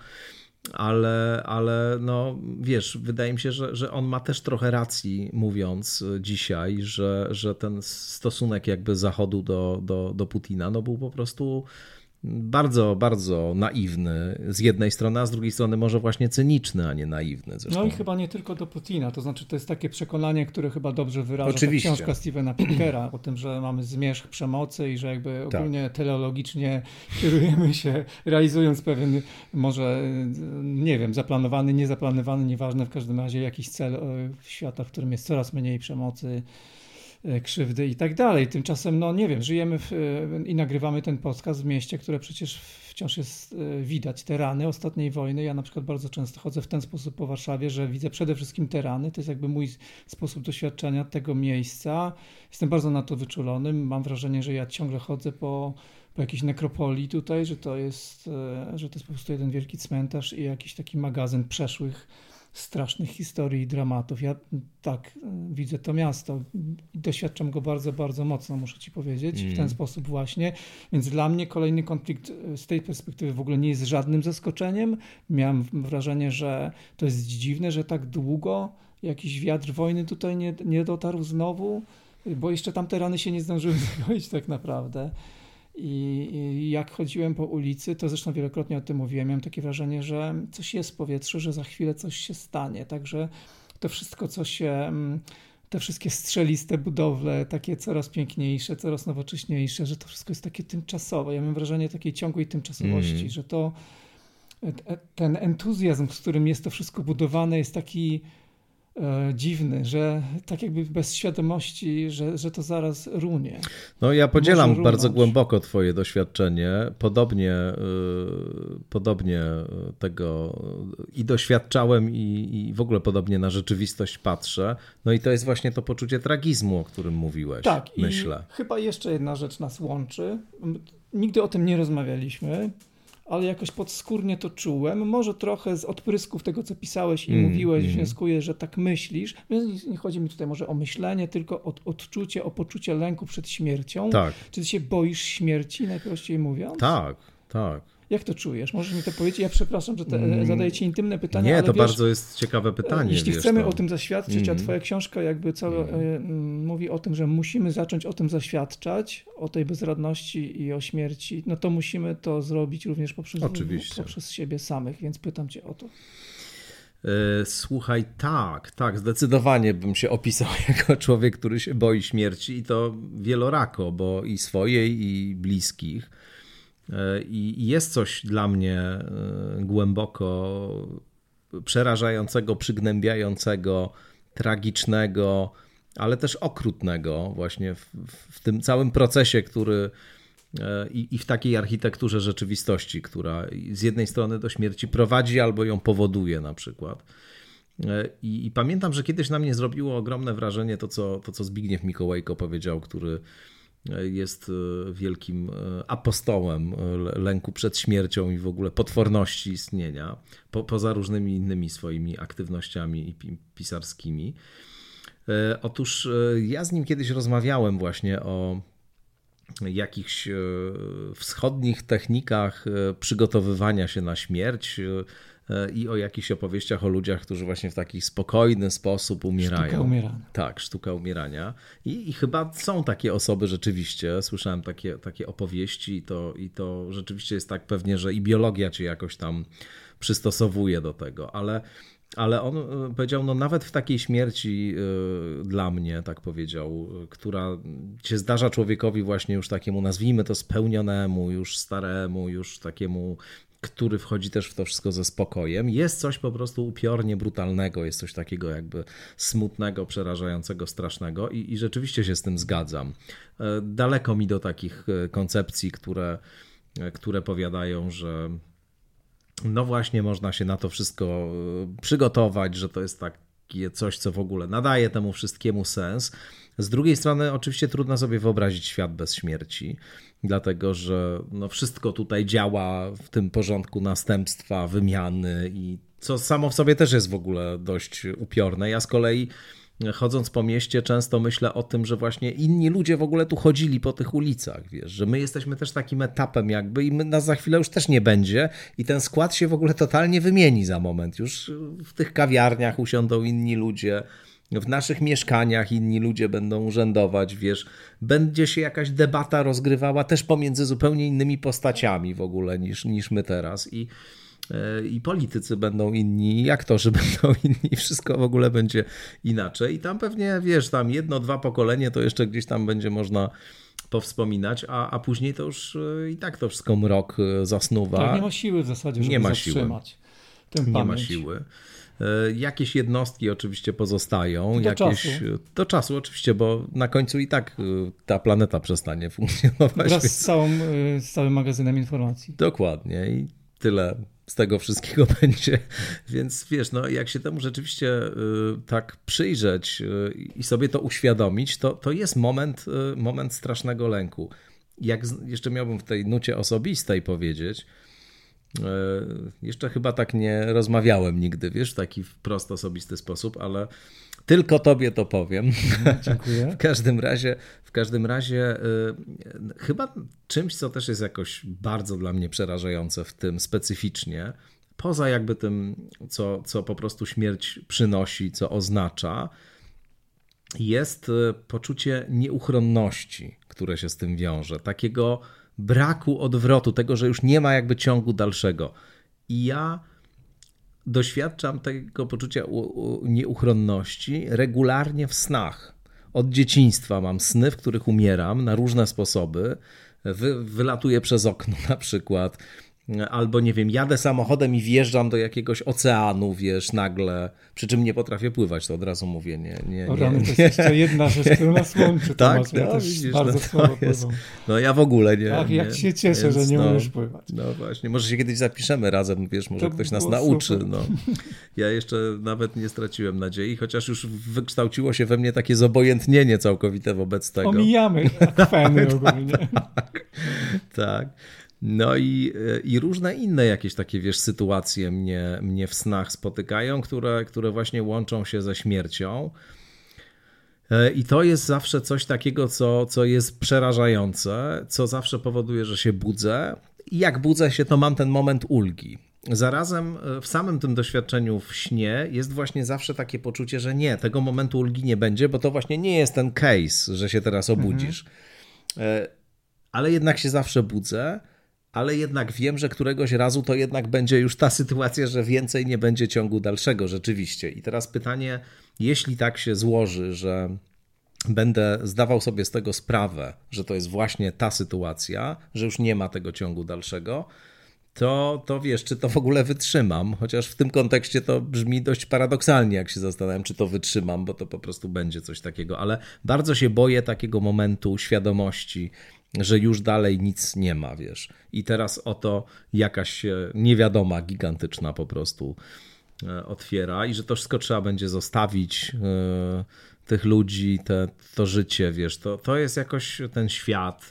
Ale no wiesz, wydaje mi się, że on ma też trochę racji, mówiąc dzisiaj, że ten stosunek jakby Zachodu do Putina był po prostu bardzo, bardzo naiwny z jednej strony, a z drugiej strony może właśnie cyniczny, a nie naiwny. Zresztą. No i chyba nie tylko do Putina, to znaczy to jest takie przekonanie, które chyba dobrze wyraża Oczywiście. ta książka Stevena Pinkera o tym, że mamy zmierzch przemocy i że jakby ogólnie teleologicznie kierujemy się, realizując pewien może, nie wiem, zaplanowany, niezaplanowany, nieważne, w każdym razie jakiś cel świata, w którym jest coraz mniej przemocy, krzywdy i tak dalej. Tymczasem, no nie wiem, żyjemy i nagrywamy ten podcast w mieście, które przecież wciąż jest, widać te rany ostatniej wojny. Ja na przykład bardzo często chodzę w ten sposób po Warszawie, że widzę przede wszystkim te rany. To jest jakby mój sposób doświadczenia tego miejsca. Jestem bardzo na to wyczulony. Mam wrażenie, że ja ciągle chodzę po jakiejś nekropolii tutaj, że to jest po prostu jeden wielki cmentarz i jakiś taki magazyn przeszłych strasznych historii i dramatów. Ja tak widzę to miasto i doświadczam go bardzo, bardzo mocno, muszę ci powiedzieć, w ten sposób właśnie. Więc dla mnie kolejny konflikt z tej perspektywy w ogóle nie jest żadnym zaskoczeniem. Miałem wrażenie, że to jest dziwne, że tak długo jakiś wiatr wojny tutaj nie dotarł znowu, bo jeszcze tamte rany się nie zdążyły zagoić tak naprawdę. I jak chodziłem po ulicy, to zresztą wielokrotnie o tym mówiłem, miałem takie wrażenie, że coś jest w powietrzu, że za chwilę coś się stanie. Także to wszystko, te wszystkie strzeliste budowle, takie coraz piękniejsze, coraz nowocześniejsze, że to wszystko jest takie tymczasowe. Ja mam wrażenie takiej ciągłej tymczasowości, że to ten entuzjazm, z którym jest to wszystko budowane, jest taki dziwny, że tak jakby bez świadomości, że to zaraz runie. No ja podzielam bardzo głęboko twoje doświadczenie. Podobnie tego i doświadczałem i w ogóle podobnie na rzeczywistość patrzę. No i to jest właśnie to poczucie tragizmu, o którym mówiłeś. Tak, myślę. I chyba jeszcze jedna rzecz nas łączy. Nigdy o tym nie rozmawialiśmy, ale jakoś podskórnie to czułem. Może trochę z odprysków tego, co pisałeś i mówiłeś, wnioskuję, że tak myślisz. Więc nie chodzi mi tutaj może o myślenie, tylko o odczucie, o poczucie lęku przed śmiercią. Tak. Czy ty się boisz śmierci, najprościej mówiąc? Tak. Jak to czujesz? Możesz mi to powiedzieć? Ja przepraszam, że zadaję ci intymne pytania, Nie, ale to wiesz, bardzo jest ciekawe pytanie. Jeśli chcemy o tym zaświadczyć, a twoja książka jakby mówi o tym, że musimy zacząć o tym zaświadczać, o tej bezradności i o śmierci, no to musimy to zrobić również poprzez siebie samych, więc pytam cię o to. Słuchaj, tak, zdecydowanie bym się opisał jako człowiek, który się boi śmierci i to wielorako, bo i swojej, i bliskich. I jest coś dla mnie głęboko przerażającego, przygnębiającego, tragicznego, ale też okrutnego właśnie w tym całym procesie, który i w takiej architekturze rzeczywistości, która z jednej strony do śmierci prowadzi albo ją powoduje na przykład. I pamiętam, że kiedyś na mnie zrobiło ogromne wrażenie to, co Zbigniew Mikołajko powiedział, który jest wielkim apostołem lęku przed śmiercią i w ogóle potworności istnienia, poza różnymi innymi swoimi aktywnościami pisarskimi. Otóż ja z nim kiedyś rozmawiałem właśnie o jakichś wschodnich technikach przygotowywania się na śmierć i o jakichś opowieściach o ludziach, którzy właśnie w taki spokojny sposób umierają. Sztuka umierania. Tak, sztuka umierania. I chyba są takie osoby rzeczywiście, słyszałem takie opowieści i to rzeczywiście jest tak pewnie, że i biologia cię jakoś tam przystosowuje do tego, ale on powiedział, no nawet w takiej śmierci dla mnie, tak powiedział, która się zdarza człowiekowi właśnie już takiemu, nazwijmy to spełnionemu, już staremu, już takiemu, który wchodzi też w to wszystko ze spokojem, jest coś po prostu upiornie brutalnego, jest coś takiego jakby smutnego, przerażającego, strasznego i rzeczywiście się z tym zgadzam. Daleko mi do takich koncepcji, które powiadają, że no właśnie można się na to wszystko przygotować, że to jest takie coś, co w ogóle nadaje temu wszystkiemu sens. Z drugiej strony oczywiście trudno sobie wyobrazić świat bez śmierci, dlatego że no wszystko tutaj działa w tym porządku następstwa, wymiany i co samo w sobie też jest w ogóle dość upiorne. Ja z kolei chodząc po mieście często myślę o tym, że właśnie inni ludzie w ogóle tu chodzili po tych ulicach, wiesz, że my jesteśmy też takim etapem jakby i nas za chwilę już też nie będzie i ten skład się w ogóle totalnie wymieni za moment. Już w tych kawiarniach usiądą inni ludzie, w naszych mieszkaniach inni ludzie będą urzędować, wiesz, będzie się jakaś debata rozgrywała też pomiędzy zupełnie innymi postaciami w ogóle niż my teraz i politycy będą inni, i aktorzy będą inni, wszystko w ogóle będzie inaczej. I tam pewnie, wiesz, tam 1-2 pokolenie to jeszcze gdzieś tam będzie można powspominać, a później to już i tak to wszystko mrok zasnuwa. Tak, nie ma siły w zasadzie, żeby zatrzymać tę pamięć. Nie ma siły. Jakieś jednostki oczywiście pozostają. Do czasu oczywiście, bo na końcu i tak ta planeta przestanie funkcjonować. Wraz z całym magazynem informacji. Dokładnie i tyle z tego wszystkiego będzie, więc wiesz, no jak się temu rzeczywiście tak przyjrzeć i sobie to uświadomić, to jest moment strasznego lęku. Jak jeszcze miałbym w tej nucie osobistej powiedzieć, jeszcze chyba tak nie rozmawiałem nigdy, wiesz, w taki wprost osobisty sposób, ale tylko tobie to powiem. Dziękuję. W każdym razie chyba czymś, co też jest jakoś bardzo dla mnie przerażające w tym specyficznie, poza jakby tym, co po prostu śmierć przynosi, co oznacza, jest poczucie nieuchronności, które się z tym wiąże, takiego braku odwrotu, tego, że już nie ma jakby ciągu dalszego. I ja doświadczam tego poczucia nieuchronności regularnie w snach. Od dzieciństwa mam sny, w których umieram na różne sposoby. Wylatuję przez okno na przykład. Albo nie wiem, jadę samochodem i wjeżdżam do jakiegoś oceanu, wiesz, nagle. Przy czym nie potrafię pływać, to od razu mówię. Nie. To jest jeszcze jedna rzecz, która nas łączy. Tak, Tomasz, ja też widzisz, bardzo słabo pływam. No ja w ogóle nie. Ach, jak się cieszę, że nie umiesz pływać. No właśnie, może się kiedyś zapiszemy razem, wiesz, może To ktoś nas było nauczy. super. No. Ja jeszcze nawet nie straciłem nadziei, chociaż już wykształciło się we mnie takie zobojętnienie całkowite wobec tego. Omijamy akweny ogólnie. Tak. No i różne inne jakieś takie, wiesz, sytuacje mnie w snach spotykają, które właśnie łączą się ze śmiercią. I to jest zawsze coś takiego, co jest przerażające, co zawsze powoduje, że się budzę jak budzę się, to mam ten moment ulgi. Zarazem w samym tym doświadczeniu w śnie jest właśnie zawsze takie poczucie, że nie, tego momentu ulgi nie będzie, bo to właśnie nie jest ten case, że się teraz obudzisz. Ale jednak się zawsze budzę, ale jednak wiem, że któregoś razu to jednak będzie już ta sytuacja, że więcej nie będzie ciągu dalszego rzeczywiście. I teraz pytanie, jeśli tak się złoży, że będę zdawał sobie z tego sprawę, że to jest właśnie ta sytuacja, że już nie ma tego ciągu dalszego, to wiesz, czy to w ogóle wytrzymam, chociaż w tym kontekście to brzmi dość paradoksalnie, jak się zastanawiam, czy to wytrzymam, bo to po prostu będzie coś takiego, ale bardzo się boję takiego momentu świadomości, że już dalej nic nie ma, wiesz. I teraz oto jakaś niewiadoma, gigantyczna po prostu otwiera i że to wszystko trzeba będzie zostawić, tych ludzi, to życie, wiesz, to jest jakoś ten świat,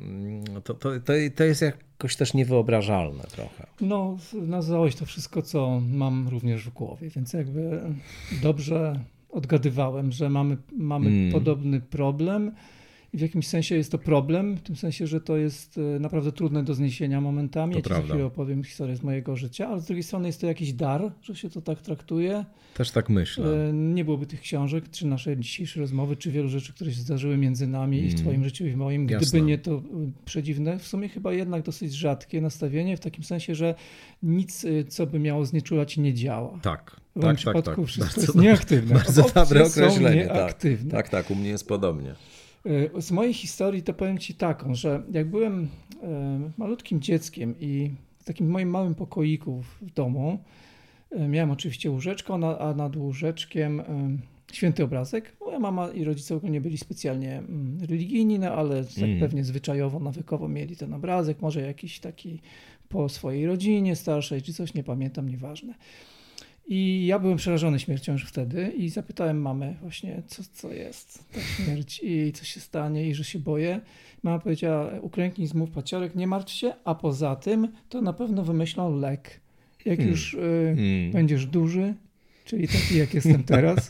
to jest jakoś też niewyobrażalne trochę. No, nazwałeś to wszystko, co mam również w głowie, więc jakby dobrze odgadywałem, że mamy podobny problem. I w jakimś sensie jest to problem, w tym sensie, że to jest naprawdę trudne do zniesienia momentami. Ja ci za chwilę opowiem historię z mojego życia, ale z drugiej strony jest to jakiś dar, że się to tak traktuje. Też tak myślę. Nie byłoby tych książek, czy nasze dzisiejsze rozmowy, czy wielu rzeczy, które się zdarzyły między nami i w twoim życiu i w moim, gdyby Jasne. nie to przedziwne, w sumie chyba jednak dosyć rzadkie nastawienie, w takim sensie, że nic, co by miało znieczulać, nie działa. Tak. W moim przypadku wszystko bardzo jest nieaktywne. Bardzo dobre określenie. Są nieaktywne. Tak, u mnie jest podobnie. Z mojej historii to powiem ci taką, że jak byłem malutkim dzieckiem i w takim moim małym pokoiku w domu, miałem oczywiście łóżeczko, a nad łóżeczkiem święty obrazek. Moja mama i rodzice ogólnie byli specjalnie religijni, no ale tak pewnie zwyczajowo, nawykowo mieli ten obrazek, może jakiś taki po swojej rodzinie starszej czy coś, nie pamiętam, nieważne. I ja byłem przerażony śmiercią już wtedy i zapytałem mamę właśnie, co jest ta śmierć i co się stanie i że się boję. Mama powiedziała, uklęknij, zmów paciorek, nie martw się, a poza tym to na pewno wymyślą lek. Jak już będziesz duży, czyli taki jak jestem teraz,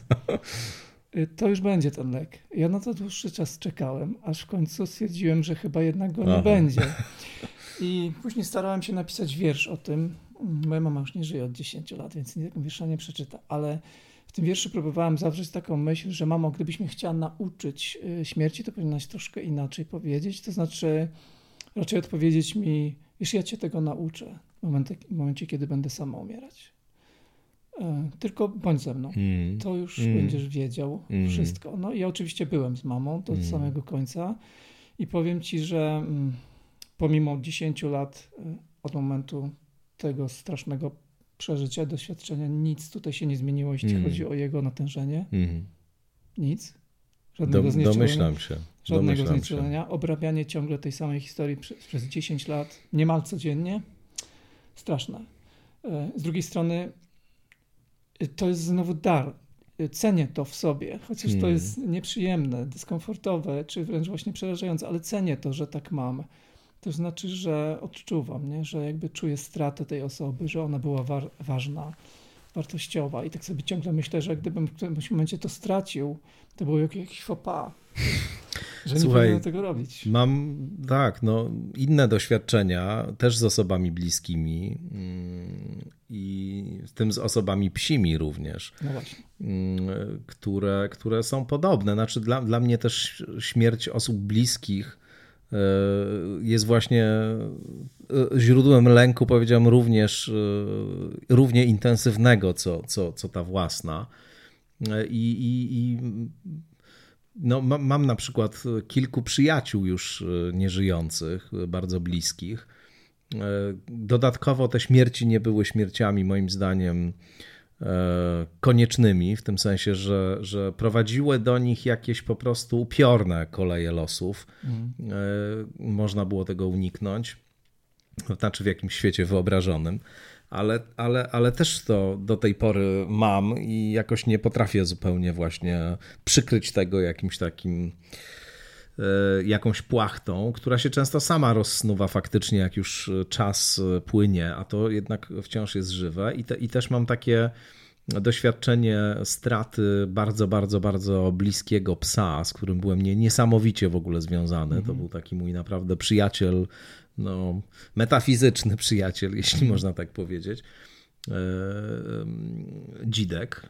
to już będzie ten lek. Ja na to dłuższy czas czekałem, aż w końcu stwierdziłem, że chyba jednak go nie będzie. I później starałem się napisać wiersz o tym. Moja mama już nie żyje od 10 lat, więc wiersza nie przeczyta, ale w tym wierszu próbowałem zawrzeć taką myśl, że mamo, gdybyś mnie chciała nauczyć śmierci, to powinnaś troszkę inaczej powiedzieć, to znaczy raczej odpowiedzieć mi, wiesz, ja cię tego nauczę w momencie, kiedy będę sama umierać. Tylko bądź ze mną. To już będziesz wiedział wszystko. No i ja oczywiście byłem z mamą do samego końca i powiem ci, że pomimo 10 lat od momentu tego strasznego przeżycia, doświadczenia, nic tutaj się nie zmieniło, jeśli chodzi o jego natężenie. Nic. Żadnego znieczulenia. Domyślam się. Żadnego znieczulenia. Obrabianie ciągle tej samej historii przez 10 lat, niemal codziennie. Straszne. Z drugiej strony to jest znowu dar. Cenię to w sobie, chociaż to jest nieprzyjemne, dyskomfortowe, czy wręcz właśnie przerażające, ale cenię to, że tak mam. To znaczy, że odczuwam, nie? Że jakby czuję stratę tej osoby, że ona była ważna, wartościowa i tak sobie ciągle myślę, że gdybym w którymś momencie to stracił, to było jakiś faux pas, że nie powinienem tego robić. Mam inne doświadczenia też z osobami bliskimi i z tym z osobami psimi również, no właśnie. które są podobne. Znaczy dla mnie też śmierć osób bliskich jest właśnie źródłem lęku, powiedziałem, równie intensywnego, co ta własna. No, mam na przykład kilku przyjaciół już nieżyjących, bardzo bliskich. Dodatkowo te śmierci nie były śmierciami, moim zdaniem, koniecznymi, w tym sensie, że prowadziły do nich jakieś po prostu upiorne koleje losów. Można było tego uniknąć, znaczy w jakimś świecie wyobrażonym, ale też to do tej pory mam i jakoś nie potrafię zupełnie właśnie przykryć tego jakimś takim jakąś płachtą, która się często sama rozsnuwa faktycznie, jak już czas płynie, a to jednak wciąż jest żywe i też mam takie doświadczenie straty bardzo, bardzo, bardzo bliskiego psa, z którym byłem niesamowicie w ogóle związany. To był taki mój naprawdę przyjaciel, no, metafizyczny przyjaciel, jeśli można tak powiedzieć. Dzidek.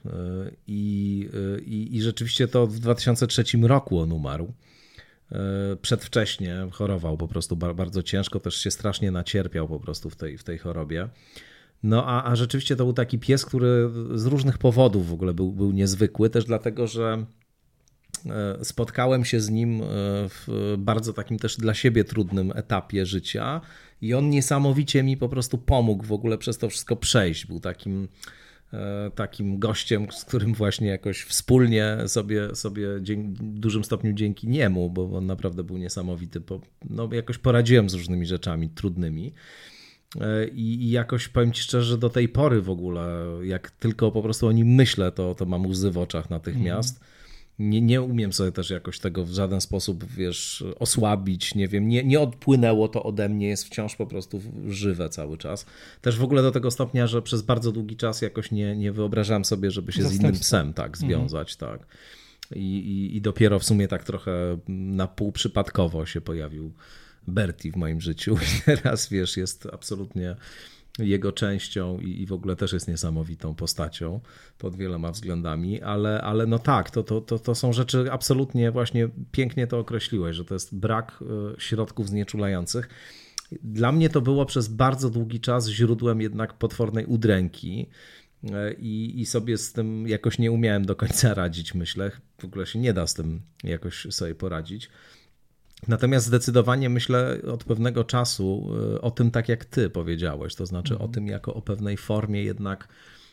I rzeczywiście to w 2003 roku on umarł. Przedwcześnie chorował po prostu bardzo ciężko, też się strasznie nacierpiał po prostu w tej chorobie. No a rzeczywiście to był taki pies, który z różnych powodów w ogóle był niezwykły, też dlatego, że spotkałem się z nim w bardzo takim też dla siebie trudnym etapie życia i on niesamowicie mi po prostu pomógł w ogóle przez to wszystko przejść. Był takim gościem, z którym właśnie jakoś wspólnie sobie w dużym stopniu dzięki niemu, bo on naprawdę był niesamowity, no jakoś poradziłem z różnymi rzeczami trudnymi. I jakoś powiem ci szczerze, że do tej pory w ogóle, jak tylko po prostu o nim myślę, to mam łzy w oczach natychmiast. Nie umiem sobie też jakoś tego w żaden sposób, wiesz, osłabić, nie wiem, nie odpłynęło to ode mnie, jest wciąż po prostu żywe cały czas. Też w ogóle do tego stopnia, że przez bardzo długi czas jakoś nie wyobrażałem sobie, żeby się z innym psem tak związać, tak. I dopiero w sumie tak trochę na pół przypadkowo się pojawił Bertie w moim życiu i teraz, wiesz, jest absolutnie jego częścią i w ogóle też jest niesamowitą postacią pod wieloma względami, ale no tak, to są rzeczy absolutnie właśnie pięknie to określiłeś, że to jest brak środków znieczulających. Dla mnie to było przez bardzo długi czas źródłem jednak potwornej udręki i sobie z tym jakoś nie umiałem do końca radzić, myślę. W ogóle się nie da z tym jakoś sobie poradzić. Natomiast zdecydowanie myślę od pewnego czasu o tym, tak jak ty powiedziałeś, to znaczy o tym jako o pewnej formie jednak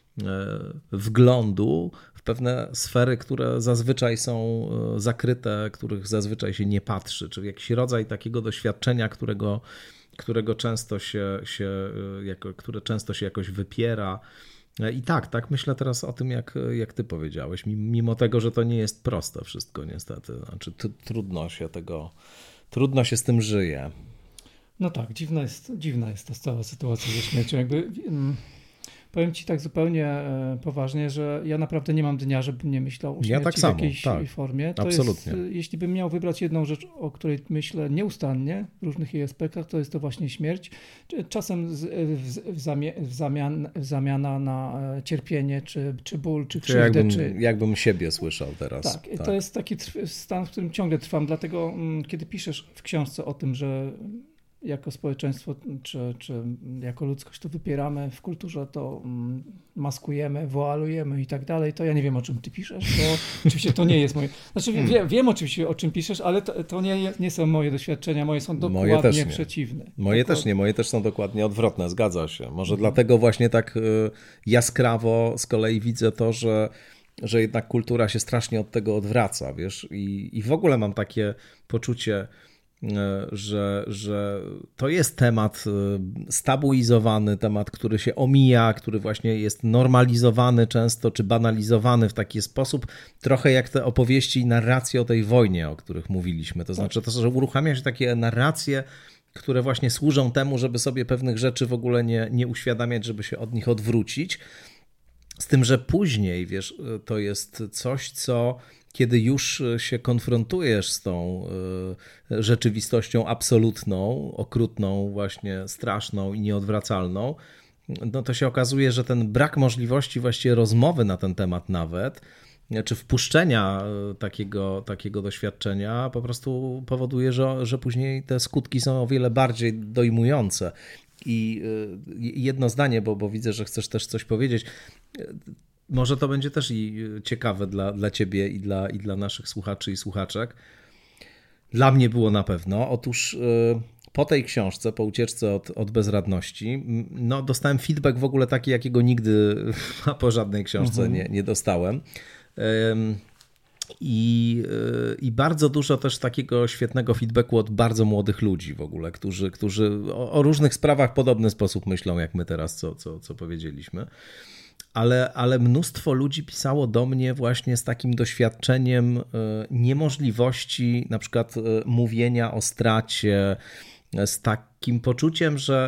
wglądu w pewne sfery, które zazwyczaj są zakryte, których zazwyczaj się nie patrzy, czyli jakiś rodzaj takiego doświadczenia, które często się jakoś wypiera. I tak myślę teraz o tym, jak ty powiedziałeś, mimo tego, że to nie jest proste wszystko niestety, znaczy trudno się z tym żyje. No tak, dziwna jest ta cała sytuacja ze śmiercią. Jakby, powiem ci tak zupełnie poważnie, że ja naprawdę nie mam dnia, żebym nie myślał o śmierci w jakiejś formie. To absolutnie. jest, jeśli bym miał wybrać jedną rzecz, o której myślę nieustannie w różnych jej aspektach, to jest to właśnie śmierć. Czasem zamiana na cierpienie, czy ból, czy krzywdę. Jakbym siebie słyszał teraz. Tak, to jest taki stan, w którym ciągle trwam. Dlatego kiedy piszesz w książce o tym, że jako społeczeństwo czy jako ludzkość to wypieramy, w kulturze to maskujemy, woalujemy i tak dalej, to ja nie wiem, o czym ty piszesz, bo oczywiście to nie jest moje... Znaczy wiem oczywiście, o czym piszesz, ale to nie są moje doświadczenia, moje są dokładnie przeciwne. Moje też są dokładnie odwrotne, zgadza się. Może dlatego właśnie tak jaskrawo z kolei widzę to, że jednak kultura się strasznie od tego odwraca, wiesz, i w ogóle mam takie poczucie, że to jest temat stabilizowany, temat, który się omija, który właśnie jest normalizowany często, czy banalizowany w taki sposób, trochę jak te opowieści i narracje o tej wojnie, o których mówiliśmy. To znaczy, że uruchamia się takie narracje, które właśnie służą temu, żeby sobie pewnych rzeczy w ogóle nie uświadamiać, żeby się od nich odwrócić. Z tym, że później, wiesz, to jest coś, co kiedy już się konfrontujesz z tą rzeczywistością absolutną, okrutną, właśnie straszną i nieodwracalną, no to się okazuje, że ten brak możliwości właściwie rozmowy na ten temat nawet, czy wpuszczenia takiego doświadczenia po prostu powoduje, że później te skutki są o wiele bardziej dojmujące. I jedno zdanie, bo widzę, że chcesz też coś powiedzieć. Może to będzie też i ciekawe dla ciebie i dla naszych słuchaczy i słuchaczek. Dla mnie było na pewno. Otóż po tej książce, po ucieczce od bezradności, no dostałem feedback w ogóle taki, jakiego nigdy po żadnej książce nie dostałem. I bardzo dużo też takiego świetnego feedbacku od bardzo młodych ludzi w ogóle, którzy o różnych sprawach w podobny sposób myślą, jak my teraz, co powiedzieliśmy. Ale mnóstwo ludzi pisało do mnie właśnie z takim doświadczeniem niemożliwości na przykład mówienia o stracie, z takim poczuciem, że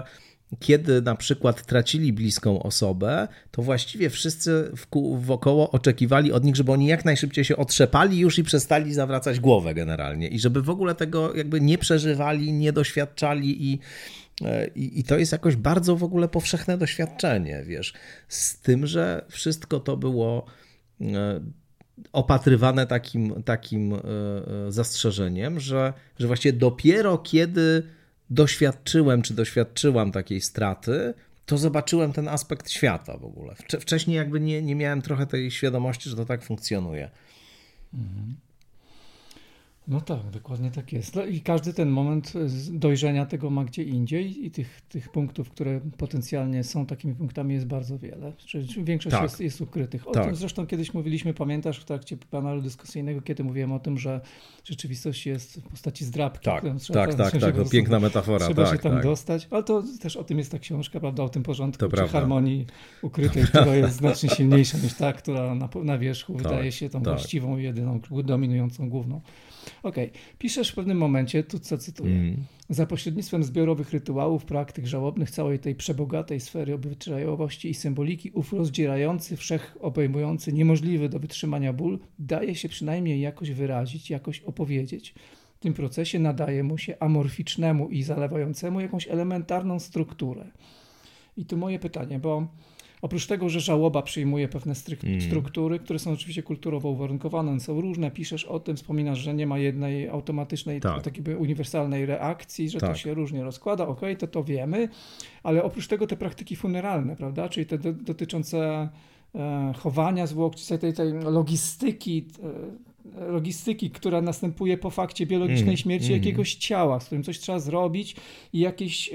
kiedy na przykład tracili bliską osobę, to właściwie wszyscy wokoło oczekiwali od nich, żeby oni jak najszybciej się otrzepali już i przestali zawracać głowę generalnie i żeby w ogóle tego jakby nie przeżywali, nie doświadczali i to jest jakoś bardzo w ogóle powszechne doświadczenie, wiesz, z tym, że wszystko to było opatrywane takim zastrzeżeniem, że właściwie dopiero kiedy doświadczyłam takiej straty, to zobaczyłem ten aspekt świata w ogóle. Wcześniej jakby nie miałem trochę tej świadomości, że to tak funkcjonuje. Mhm. No tak, dokładnie tak jest. I każdy ten moment dojrzenia tego ma gdzie indziej i tych punktów, które potencjalnie są takimi punktami, jest bardzo wiele. Czyli większość jest ukrytych. O tym zresztą kiedyś mówiliśmy, pamiętasz, w trakcie panelu dyskusyjnego, kiedy mówiłem o tym, że rzeczywistość jest w postaci zdrabki. Tak, to piękna metafora. Trzeba się tam dostać, ale to też o tym jest ta książka, prawda, o tym porządku, czy harmonii ukrytej, która jest znacznie silniejsza niż ta, która na wierzchu wydaje się tą właściwą, jedyną, dominującą, główną. Okej. Piszesz w pewnym momencie, tu co cytuję, za pośrednictwem zbiorowych rytuałów, praktyk żałobnych całej tej przebogatej sfery obyczajowości i symboliki, ów rozdzierający, wszechobejmujący, niemożliwy do wytrzymania ból, daje się przynajmniej jakoś wyrazić, jakoś opowiedzieć. W tym procesie nadaje mu się amorficznemu i zalewającemu jakąś elementarną strukturę. I tu moje pytanie, bo oprócz tego, że żałoba przyjmuje pewne struktury, które są oczywiście kulturowo uwarunkowane, są różne, piszesz o tym, wspominasz, że nie ma jednej automatycznej, takiej uniwersalnej reakcji, że to się różnie rozkłada, to wiemy, ale oprócz tego te praktyki funeralne, prawda, czyli te dotyczące chowania zwłok, czy tej logistyki, która następuje po fakcie biologicznej śmierci jakiegoś ciała, z którym coś trzeba zrobić i jakieś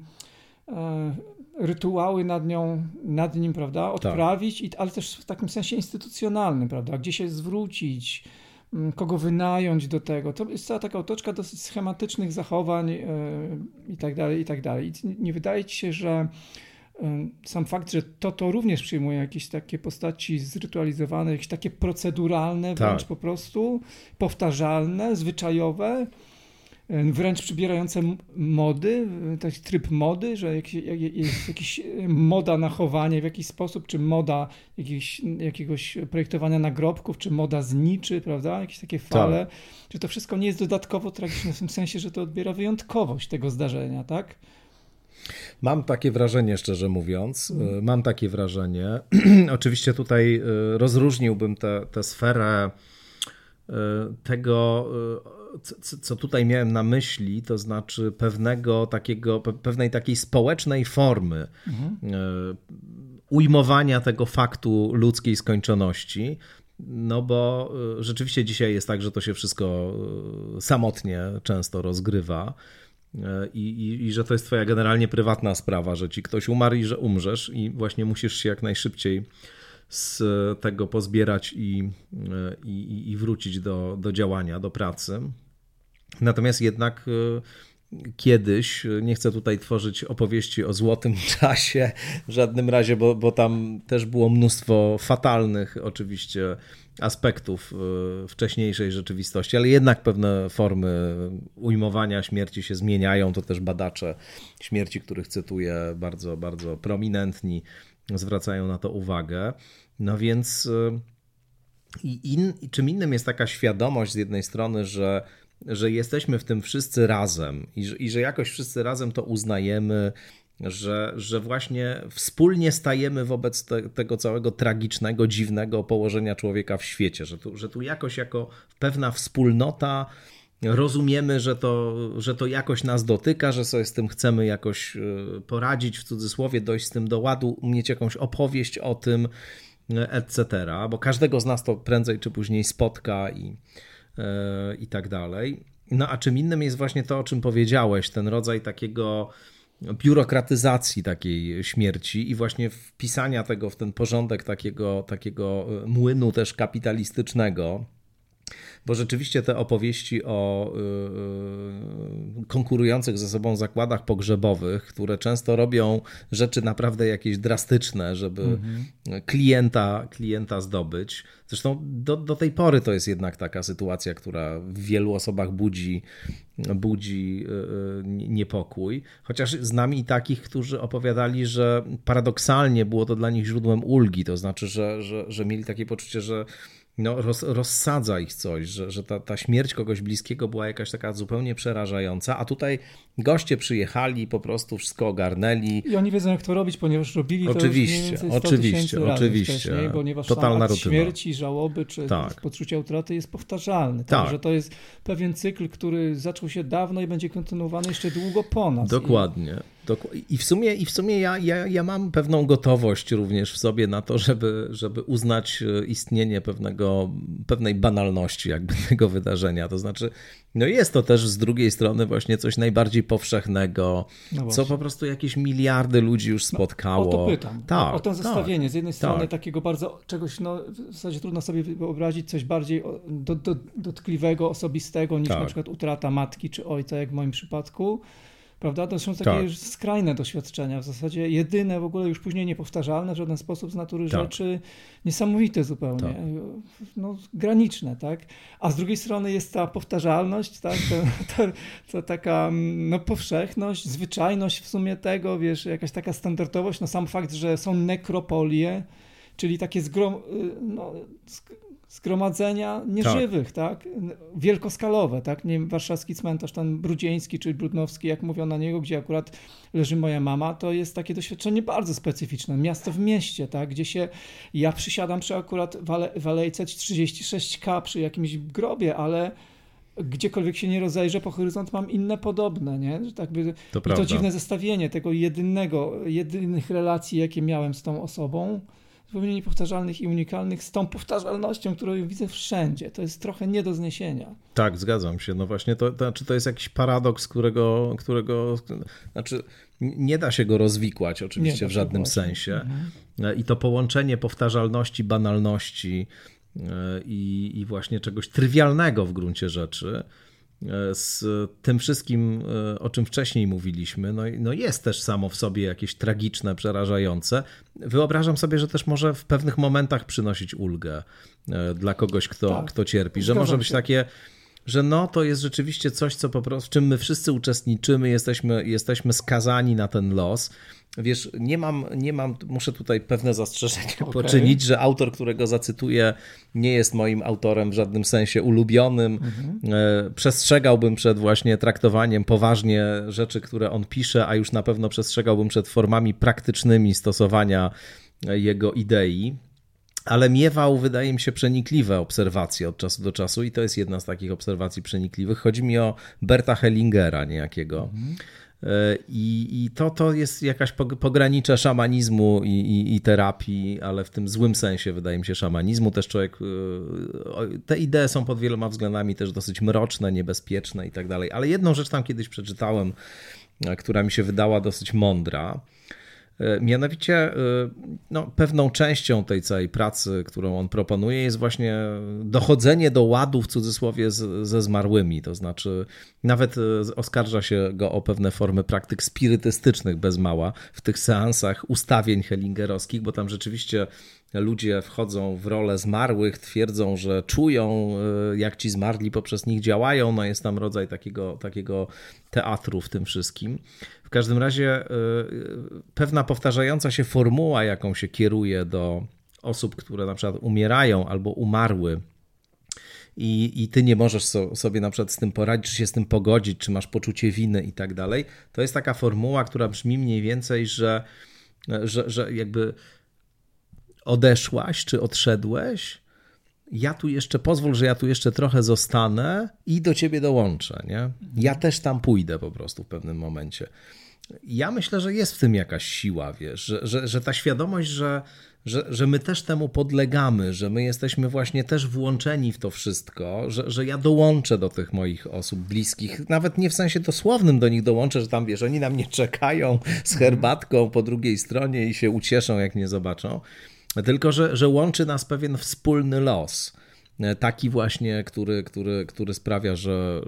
rytuały nad nim, prawda, odprawić, ale też w takim sensie instytucjonalnym, prawda, gdzie się zwrócić, kogo wynająć do tego. To jest cała taka otoczka dosyć schematycznych zachowań i tak dalej, i tak dalej. I nie wydaje ci się, że sam fakt, że to również przyjmuje jakieś takie postaci zrytualizowane, jakieś takie proceduralne, wręcz po prostu, powtarzalne, zwyczajowe, wręcz przybierające mody, taki tryb mody, że jest jakaś moda na chowanie w jakiś sposób, czy moda jakiegoś projektowania nagrobków, czy moda zniczy, prawda? Jakieś takie fale. Czy to wszystko nie jest dodatkowo tragiczne w tym sensie, że to odbiera wyjątkowość tego zdarzenia, tak? Mam takie wrażenie, szczerze mówiąc, mam takie wrażenie. Oczywiście tutaj rozróżniłbym tę sferę tego, co tutaj miałem na myśli, to znaczy pewnej takiej społecznej formy ujmowania tego faktu ludzkiej skończoności, no bo rzeczywiście dzisiaj jest tak, że to się wszystko samotnie często rozgrywa i że to jest twoja generalnie prywatna sprawa, że ci ktoś umarł i że umrzesz i właśnie musisz się jak najszybciej z tego pozbierać i wrócić do działania, do pracy. Natomiast jednak kiedyś, nie chcę tutaj tworzyć opowieści o złotym czasie w żadnym razie, bo tam też było mnóstwo fatalnych oczywiście aspektów wcześniejszej rzeczywistości, ale jednak pewne formy ujmowania śmierci się zmieniają. To też badacze śmierci, których cytuję, bardzo, bardzo prominentni, zwracają na to uwagę. No więc czym innym jest taka świadomość z jednej strony, że jesteśmy w tym wszyscy razem i że jakoś wszyscy razem to uznajemy, że właśnie wspólnie stajemy wobec tego całego tragicznego, dziwnego położenia człowieka w świecie, że tu jakoś jako pewna wspólnota rozumiemy, że to jakoś nas dotyka, że sobie z tym chcemy jakoś poradzić, w cudzysłowie, dojść z tym do ładu, mieć jakąś opowieść o tym, etc., bo każdego z nas to prędzej czy później spotka i tak dalej. No a czym innym jest właśnie to, o czym powiedziałeś, ten rodzaj takiego biurokratyzacji takiej śmierci i właśnie wpisania tego w ten porządek takiego młynu też kapitalistycznego, Bo rzeczywiście te opowieści o konkurujących ze sobą zakładach pogrzebowych, które często robią rzeczy naprawdę jakieś drastyczne, żeby klienta zdobyć. Zresztą do tej pory to jest jednak taka sytuacja, która w wielu osobach budzi niepokój. Chociaż znam i takich, którzy opowiadali, że paradoksalnie było to dla nich źródłem ulgi. To znaczy, że mieli takie poczucie, że rozsadza ich coś, że ta śmierć kogoś bliskiego była jakaś taka zupełnie przerażająca, a tutaj goście przyjechali, po prostu wszystko ogarnęli. I oni wiedzą, jak to robić, ponieważ robili oczywiście, to już oczywiście, ponieważ totalna akt rutyna. Śmierci, żałoby czy poczucia utraty jest powtarzalny. Także to jest pewien cykl, który zaczął się dawno i będzie kontynuowany jeszcze długo po nas. Dokładnie. I w sumie ja mam pewną gotowość również w sobie na to, żeby uznać istnienie pewnej banalności jakby tego wydarzenia. To znaczy, jest to też z drugiej strony właśnie coś najbardziej powszechnego, co po prostu jakieś miliardy ludzi już spotkało. O to pytam. O to zestawienie. Z jednej strony takiego bardzo czegoś, w zasadzie trudno sobie wyobrazić coś bardziej dotkliwego, osobistego niż na przykład utrata matki czy ojca, jak w moim przypadku. Prawda? To są takie skrajne doświadczenia, w zasadzie jedyne, w ogóle już później niepowtarzalne w żaden sposób z natury rzeczy, niesamowite zupełnie, graniczne, tak? A z drugiej strony jest ta powtarzalność, tak? To taka powszechność, zwyczajność w sumie tego, jakaś taka standardowość, sam fakt, że są nekropolie, czyli takie zgromadzenia nieżywych, tak? Wielkoskalowe, tak? Nie wiem, warszawski cmentarz, ten brudzieński czy brudnowski, jak mówią na niego, gdzie akurat leży moja mama, to jest takie doświadczenie bardzo specyficzne. Miasto w mieście, tak? Gdzie ja przysiadam przy akurat w alejce 36K przy jakimś grobie, ale gdziekolwiek się nie rozejrzę po horyzont mam inne podobne, nie? To dziwne zestawienie tego jedynych relacji, jakie miałem z tą osobą, zupełnie niepowtarzalnych i unikalnych, z tą powtarzalnością, którą widzę wszędzie. To jest trochę nie do zniesienia. Tak, zgadzam się. Właśnie to jest jakiś paradoks, którego nie da się go rozwikłać oczywiście w żadnym sensie. I to połączenie powtarzalności, banalności i właśnie czegoś trywialnego w gruncie rzeczy z tym wszystkim, o czym wcześniej mówiliśmy, jest też samo w sobie jakieś tragiczne, przerażające. Wyobrażam sobie, że też może w pewnych momentach przynosić ulgę dla kogoś, kto cierpi, że może być takie, że to jest rzeczywiście coś, co po prostu, w czym my wszyscy uczestniczymy, jesteśmy skazani na ten los. Wiesz, muszę tutaj pewne zastrzeżenia poczynić, że autor, którego zacytuję, nie jest moim autorem w żadnym sensie ulubionym. Przestrzegałbym przed właśnie traktowaniem poważnie rzeczy, które on pisze, a już na pewno przestrzegałbym przed formami praktycznymi stosowania jego idei. Ale miewał, wydaje mi się, przenikliwe obserwacje od czasu do czasu i to jest jedna z takich obserwacji przenikliwych. Chodzi mi o Berta Hellingera niejakiego. I to jest jakaś pogranicze szamanizmu i terapii, ale w tym złym sensie, wydaje mi się, szamanizmu. Też człowiek, te idee są pod wieloma względami też dosyć mroczne, niebezpieczne i tak dalej. Ale jedną rzecz tam kiedyś przeczytałem, która mi się wydała dosyć mądra. Mianowicie pewną częścią tej całej pracy, którą on proponuje, jest właśnie dochodzenie do ładu w cudzysłowie ze zmarłymi. To znaczy nawet oskarża się go o pewne formy praktyk spirytystycznych bez mała w tych seansach ustawień hellingerowskich, bo tam rzeczywiście ludzie wchodzą w rolę zmarłych, twierdzą, że czują, jak ci zmarli poprzez nich działają. Jest tam rodzaj takiego teatru w tym wszystkim. W każdym razie pewna powtarzająca się formuła, jaką się kieruje do osób, które na przykład umierają albo umarły i ty nie możesz sobie na przykład z tym poradzić, czy się z tym pogodzić, czy masz poczucie winy i tak dalej. To jest taka formuła, która brzmi mniej więcej, że jakby odeszłaś, czy odszedłeś, pozwól, że ja tu jeszcze trochę zostanę i do ciebie dołączę, nie? Ja też tam pójdę po prostu w pewnym momencie. Ja myślę, że jest w tym jakaś siła, wiesz, że ta świadomość, że my też temu podlegamy, że my jesteśmy właśnie też włączeni w to wszystko, że ja dołączę do tych moich osób bliskich, nawet nie w sensie dosłownym do nich dołączę, że tam, wiesz, oni na mnie czekają z herbatką po drugiej stronie i się ucieszą, jak mnie zobaczą, tylko że łączy nas pewien wspólny los. taki właśnie, który sprawia,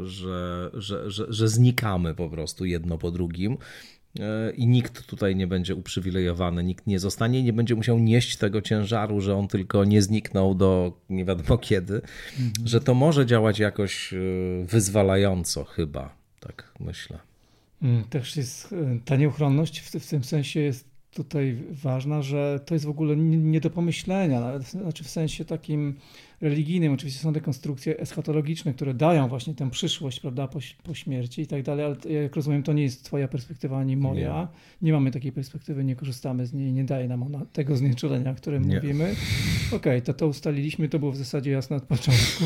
że znikamy po prostu jedno po drugim. I nikt tutaj nie będzie uprzywilejowany, nikt nie zostanie i nie będzie musiał nieść tego ciężaru, że on tylko nie zniknął do nie wiadomo kiedy, że to może działać jakoś wyzwalająco chyba, tak myślę. Też jest ta nieuchronność w tym sensie jest tutaj ważna, że to jest w ogóle nie do pomyślenia, nawet, znaczy w sensie takim religijnym. Oczywiście są te konstrukcje eschatologiczne, które dają właśnie tę przyszłość, prawda, po śmierci i tak dalej, ale jak rozumiem, to nie jest twoja perspektywa ani moja. Nie mamy takiej perspektywy, nie korzystamy z niej, nie daje nam ona tego znieczulenia, o którym mówimy. Okej, to ustaliliśmy, to było w zasadzie jasne od początku.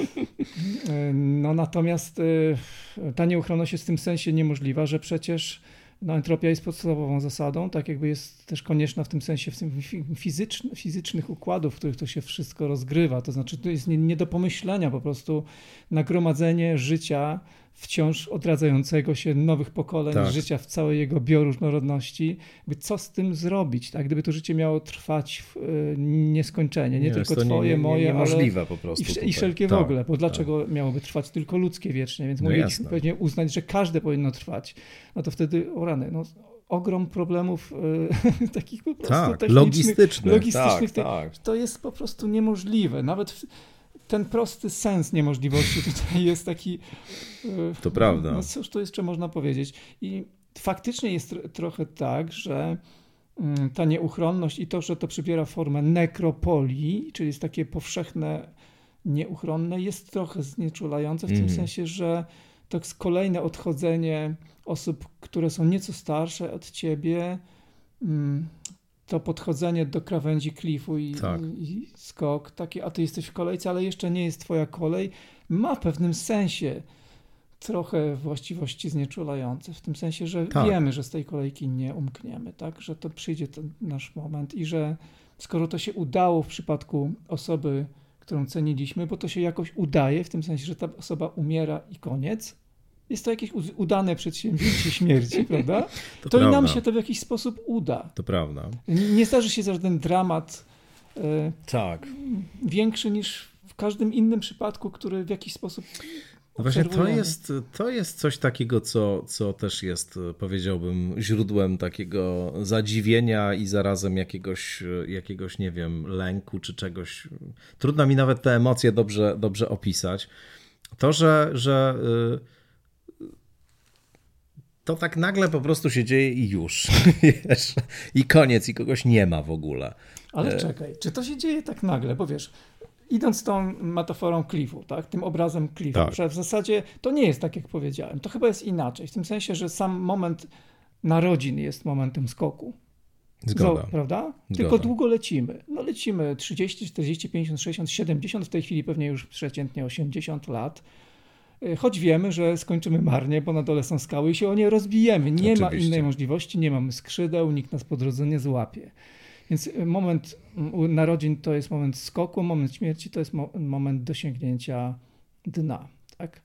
No natomiast ta nieuchronność jest w tym sensie niemożliwa, że przecież entropia jest podstawową zasadą, tak jakby jest też konieczna w tym sensie fizycznych układów, w których to się wszystko rozgrywa. To znaczy to jest nie do pomyślenia po prostu nagromadzenie życia wciąż odradzającego się nowych pokoleń, życia w całej jego bioróżnorodności. Co z tym zrobić? Tak? Gdyby to życie miało trwać nieskończenie, nie tylko twoje, moje, niemożliwe ale po prostu i wszelkie w ogóle. Bo dlaczego miałoby trwać tylko ludzkie wiecznie? Więc moglibyśmy pewnie uznać, że każde powinno trwać. No to wtedy, ogrom problemów takich po prostu logistycznych. To jest po prostu niemożliwe. Nawet ten prosty sens niemożliwości tutaj jest taki... To prawda. No cóż tu jeszcze można powiedzieć? I faktycznie jest trochę tak, że ta nieuchronność i to, że to przybiera formę nekropolii, czyli jest takie powszechne nieuchronne, jest trochę znieczulające w tym sensie, że to jest kolejne odchodzenie osób, które są nieco starsze od ciebie, to podchodzenie do krawędzi klifu i skok, takie, a ty jesteś w kolejce, ale jeszcze nie jest twoja kolej, ma w pewnym sensie trochę właściwości znieczulające, w tym sensie, że wiemy, że z tej kolejki nie umkniemy, tak? Że to przyjdzie ten nasz moment i że skoro to się udało w przypadku osoby, którą ceniliśmy, bo to się jakoś udaje, w tym sensie, że ta osoba umiera i koniec, jest to jakieś udane przedsięwzięcie śmierci, prawda? To i nam się to w jakiś sposób uda. To prawda. Nie zdarzy się żaden dramat większy niż w każdym innym przypadku, który w jakiś sposób właśnie to jest coś takiego, co też jest, powiedziałbym, źródłem takiego zadziwienia i zarazem jakiegoś, nie wiem, lęku czy czegoś. Trudno mi nawet te emocje dobrze opisać. To, że to tak nagle po prostu się dzieje i już. I koniec, i kogoś nie ma w ogóle. Ale czekaj, czy to się dzieje tak nagle? Bo wiesz, idąc tą metaforą klifu, tak, tym obrazem klifu, że w zasadzie to nie jest tak, jak powiedziałem. To chyba jest inaczej. W tym sensie, że sam moment narodzin jest momentem skoku. Zgoda. Prawda? Zgoda. Tylko długo lecimy. No lecimy 30, 40, 50, 60, 70, w tej chwili pewnie już przeciętnie 80 lat. Choć wiemy, że skończymy marnie, bo na dole są skały i się o nie rozbijemy. Nie ma innej możliwości, nie mamy skrzydeł, nikt nas po drodze nie złapie. Więc moment narodzin to jest moment skoku, moment śmierci to jest moment dosięgnięcia dna. Tak?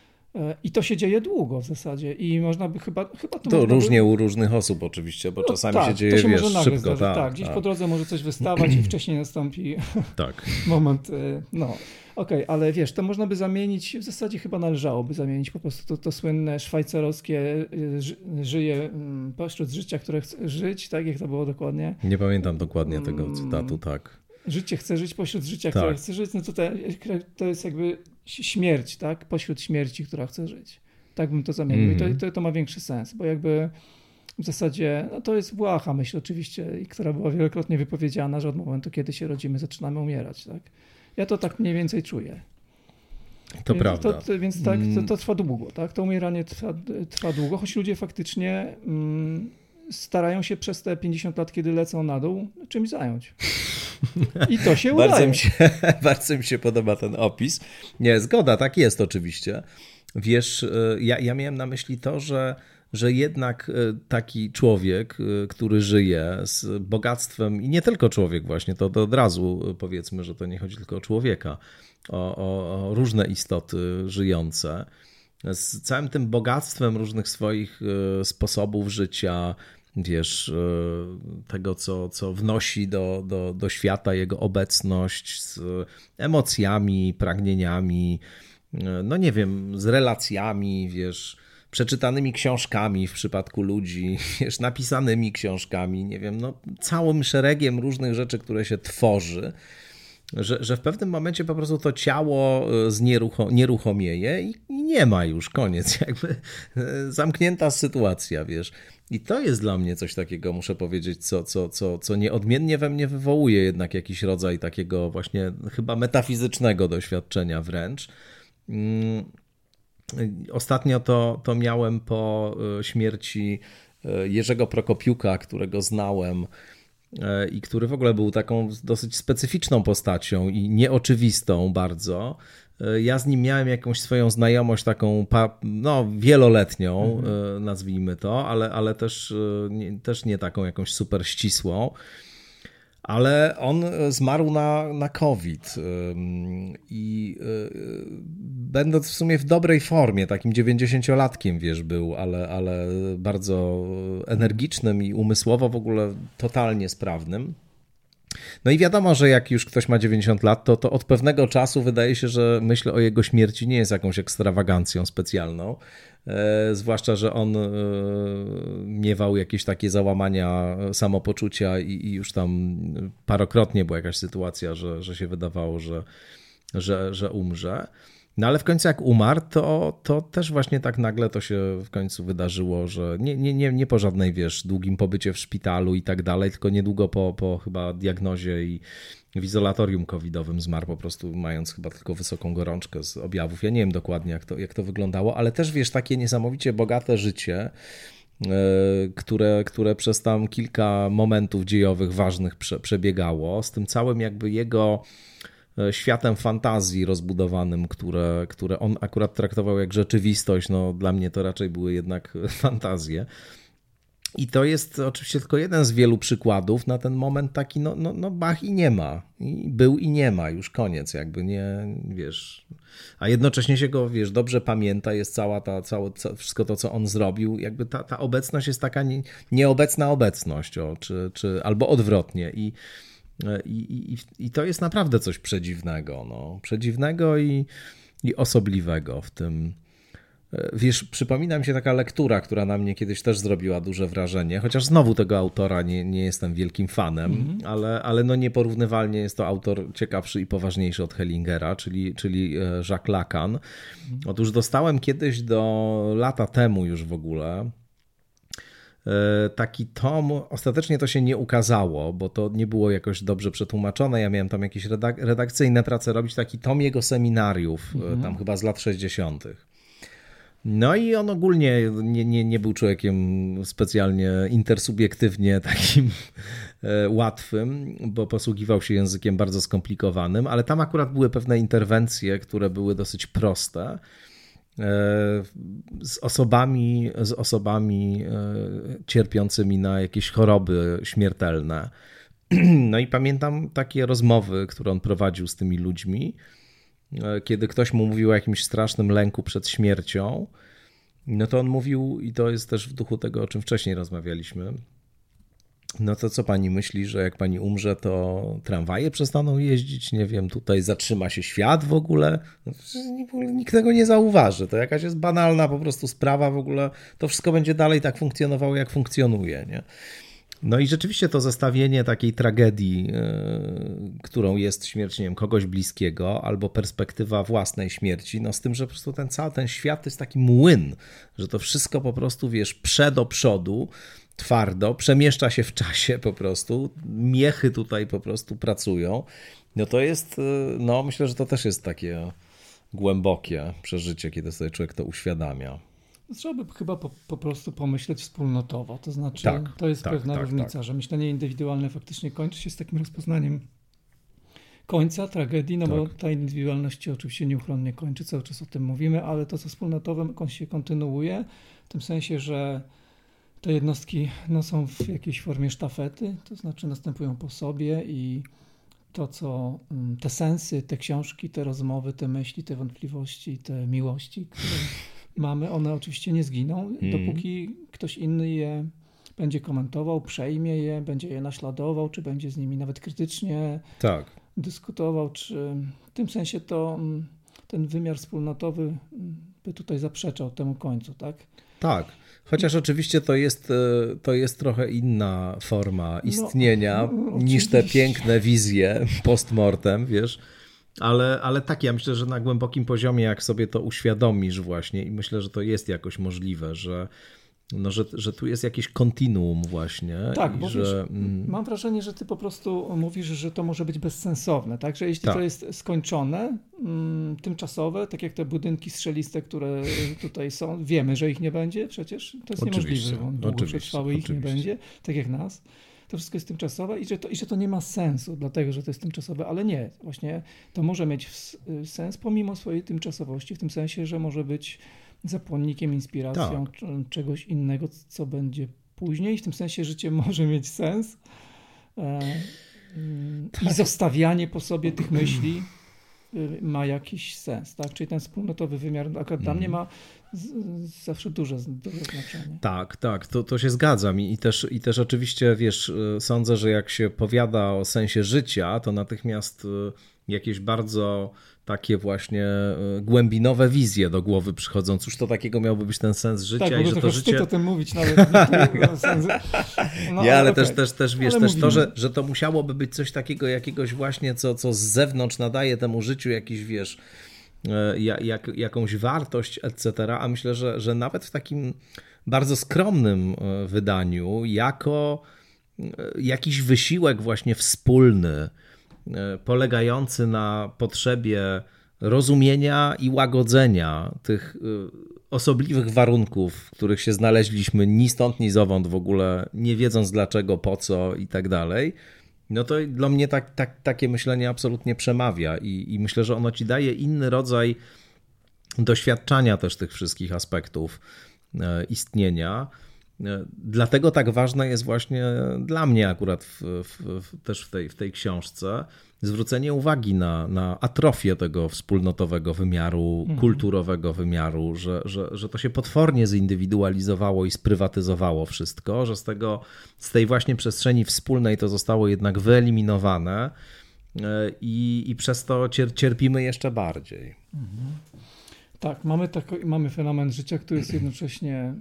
I to się dzieje długo w zasadzie i można by chyba to różnie u różnych osób oczywiście, bo czasami się dzieje, szybko. Gdzieś po drodze może coś wystawać i wcześniej nastąpi moment, Okej, ale wiesz, to można by zamienić, w zasadzie chyba należałoby zamienić po prostu to słynne szwajcarowskie żyje pośród życia, które chce żyć, tak jak to było dokładnie. Nie pamiętam dokładnie tego cytatu, tak. Życie chce żyć pośród życia, które chce żyć, no to jest jakby śmierć, tak? Pośród śmierci, która chce żyć. Tak bym to zamienił i to ma większy sens, bo jakby w zasadzie, to jest błaha myśl oczywiście, i która była wielokrotnie wypowiedziana, że od momentu, kiedy się rodzimy, zaczynamy umierać, tak? Ja to tak mniej więcej czuję. To prawda. Więc tak, to trwa długo, tak? To umieranie trwa długo, choć ludzie faktycznie starają się przez te 50 lat, kiedy lecą na dół, czymś zająć. I to się udaje. Bardzo mi się podoba ten opis. Nie, zgoda, tak jest oczywiście. Wiesz, ja miałem na myśli to, że jednak taki człowiek, który żyje z bogactwem i nie tylko człowiek właśnie, to od razu powiedzmy, że to nie chodzi tylko o człowieka, o różne istoty żyjące, z całym tym bogactwem różnych swoich sposobów życia, wiesz, tego, co wnosi do świata jego obecność z emocjami, pragnieniami, no nie wiem, z relacjami, wiesz, przeczytanymi książkami w przypadku ludzi, wiesz, napisanymi książkami, nie wiem, no całym szeregiem różnych rzeczy, które się tworzy, że w pewnym momencie po prostu to ciało nieruchomieje i nie ma już, koniec, jakby zamknięta sytuacja, wiesz. I to jest dla mnie coś takiego, muszę powiedzieć, co nieodmiennie we mnie wywołuje jednak jakiś rodzaj takiego właśnie chyba metafizycznego doświadczenia wręcz. Ostatnio to miałem po śmierci Jerzego Prokopiuka, którego znałem i który w ogóle był taką dosyć specyficzną postacią i nieoczywistą bardzo. Ja z nim miałem jakąś swoją znajomość taką wieloletnią, nazwijmy to, ale też nie taką jakąś super ścisłą. Ale on zmarł na COVID i będąc w sumie w dobrej formie, takim 90-latkiem, wiesz, był, ale bardzo energicznym i umysłowo w ogóle totalnie sprawnym. No i wiadomo, że jak już ktoś ma 90 lat, to od pewnego czasu wydaje się, że myśl o jego śmierci nie jest jakąś ekstrawagancją specjalną. Zwłaszcza, że on miewał jakieś takie załamania samopoczucia i już tam parokrotnie była jakaś sytuacja, że się wydawało, że umrze. No ale w końcu jak umarł, to też właśnie tak nagle to się w końcu wydarzyło, że nie po żadnej, wiesz, długim pobycie w szpitalu i tak dalej, tylko niedługo po chyba diagnozie i w izolatorium covidowym zmarł po prostu, mając chyba tylko wysoką gorączkę z objawów. Ja nie wiem dokładnie, jak to wyglądało, ale też, wiesz, takie niesamowicie bogate życie, które przez tam kilka momentów dziejowych ważnych przebiegało, z tym całym jakby jego światem fantazji rozbudowanym, które on akurat traktował jak rzeczywistość. No, dla mnie to raczej były jednak fantazje. I to jest oczywiście tylko jeden z wielu przykładów na ten moment taki, no bach i nie ma. I był i nie ma, już koniec, jakby nie, wiesz. A jednocześnie się go, wiesz, dobrze pamięta, jest wszystko to, co on zrobił, jakby ta obecność jest taka nieobecna obecność, albo odwrotnie. I to jest naprawdę coś przedziwnego, no. Przedziwnego i osobliwego w tym. Wiesz, przypomina mi się taka lektura, która na mnie kiedyś też zrobiła duże wrażenie, chociaż znowu tego autora nie jestem wielkim fanem, ale no nieporównywalnie jest to autor ciekawszy i poważniejszy od Hellingera, czyli Jacques Lacan. Otóż dostałem kiedyś lata temu już w ogóle taki tom, ostatecznie to się nie ukazało, bo to nie było jakoś dobrze przetłumaczone, ja miałem tam jakieś redakcyjne prace robić, taki tom jego seminariów, tam chyba z lat 60. No i on ogólnie nie był człowiekiem specjalnie intersubiektywnie takim łatwym, bo posługiwał się językiem bardzo skomplikowanym, ale tam akurat były pewne interwencje, które były dosyć proste, z osobami cierpiącymi na jakieś choroby śmiertelne. No i pamiętam takie rozmowy, które on prowadził z tymi ludźmi, kiedy ktoś mu mówił o jakimś strasznym lęku przed śmiercią, no to on mówił, i to jest też w duchu tego, o czym wcześniej rozmawialiśmy, no to co pani myśli, że jak pani umrze, to tramwaje przestaną jeździć, nie wiem, tutaj zatrzyma się świat w ogóle? No, nikt tego nie zauważy, to jakaś jest banalna po prostu sprawa w ogóle, to wszystko będzie dalej tak funkcjonowało, jak funkcjonuje, nie? No i rzeczywiście to zestawienie takiej tragedii, którą jest śmierć, nie wiem, kogoś bliskiego albo perspektywa własnej śmierci, no z tym, że po prostu ten świat to jest taki młyn, że to wszystko po prostu, wiesz, do przodu, twardo, przemieszcza się w czasie po prostu, miechy tutaj po prostu pracują, no to jest, no myślę, że to też jest takie głębokie przeżycie, kiedy sobie człowiek to uświadamia. Trzeba by chyba po prostu pomyśleć wspólnotowo, to znaczy to jest pewna różnica, że myślenie indywidualne faktycznie kończy się z takim rozpoznaniem końca, tragedii, no bo ta indywidualność się oczywiście nieuchronnie kończy, cały czas o tym mówimy, ale to co wspólnotowe się kontynuuje, w tym sensie, że te jednostki są w jakiejś formie sztafety, to znaczy następują po sobie i to, co te sensy, te książki, te rozmowy, te myśli, te wątpliwości, te miłości, które mamy, one oczywiście nie zginą, dopóki ktoś inny je będzie komentował, przejmie je, będzie je naśladował, czy będzie z nimi nawet krytycznie dyskutował, czy w tym sensie to ten wymiar wspólnotowy by tutaj zaprzeczał temu końcu, tak? Tak, chociaż oczywiście to jest trochę inna forma istnienia niż te piękne wizje post-mortem, wiesz, ale tak, ja myślę, że na głębokim poziomie, jak sobie to uświadomisz właśnie i myślę, że to jest jakoś możliwe, że tu jest jakieś kontinuum właśnie. Tak, bo wiesz, mam wrażenie, że ty po prostu mówisz, że to może być bezsensowne, tak? Że jeśli to jest skończone, tymczasowe, tak jak te budynki strzeliste, które tutaj są, wiemy, że ich nie będzie przecież, to jest niemożliwe, że długo przetrwały, ich nie będzie, tak jak nas. To wszystko jest tymczasowe i że to nie ma sensu, dlatego że to jest tymczasowe, ale nie, właśnie to może mieć sens pomimo swojej tymczasowości, w tym sensie, że może być zapłonnikiem, inspiracją czegoś innego, co będzie później. W tym sensie życie może mieć sens i zostawianie po sobie tych myśli ma jakiś sens, tak? Czyli ten wspólnotowy wymiar akurat dla mnie ma zawsze duże znaczenie. Tak, to się zgadzam i też oczywiście, wiesz, sądzę, że jak się powiada o sensie życia, to natychmiast jakieś bardzo takie właśnie głębinowe wizje do głowy przychodzą. Cóż to takiego miałby być ten sens życia? Tak, i że to życie... o tym mówić nawet. Ale też wiesz, też to, że to musiałoby być coś takiego jakiegoś właśnie, co z zewnątrz nadaje temu życiu jakiś, wiesz, jakąś wartość, etc. A myślę, że nawet w takim bardzo skromnym wydaniu, jako jakiś wysiłek właśnie wspólny, polegający na potrzebie rozumienia i łagodzenia tych osobliwych warunków, w których się znaleźliśmy ni stąd, ni zowąd w ogóle, nie wiedząc dlaczego, po co i tak dalej, no to dla mnie takie myślenie absolutnie przemawia i myślę, że ono ci daje inny rodzaj doświadczania też tych wszystkich aspektów istnienia. Dlatego tak ważne jest właśnie dla mnie akurat też w tej książce zwrócenie uwagi na atrofię tego wspólnotowego wymiaru, kulturowego wymiaru, że to się potwornie zindywidualizowało i sprywatyzowało wszystko, że z tej właśnie przestrzeni wspólnej to zostało jednak wyeliminowane i przez to cierpimy jeszcze bardziej. Tak, mamy fenomen życia, który jest jednocześnie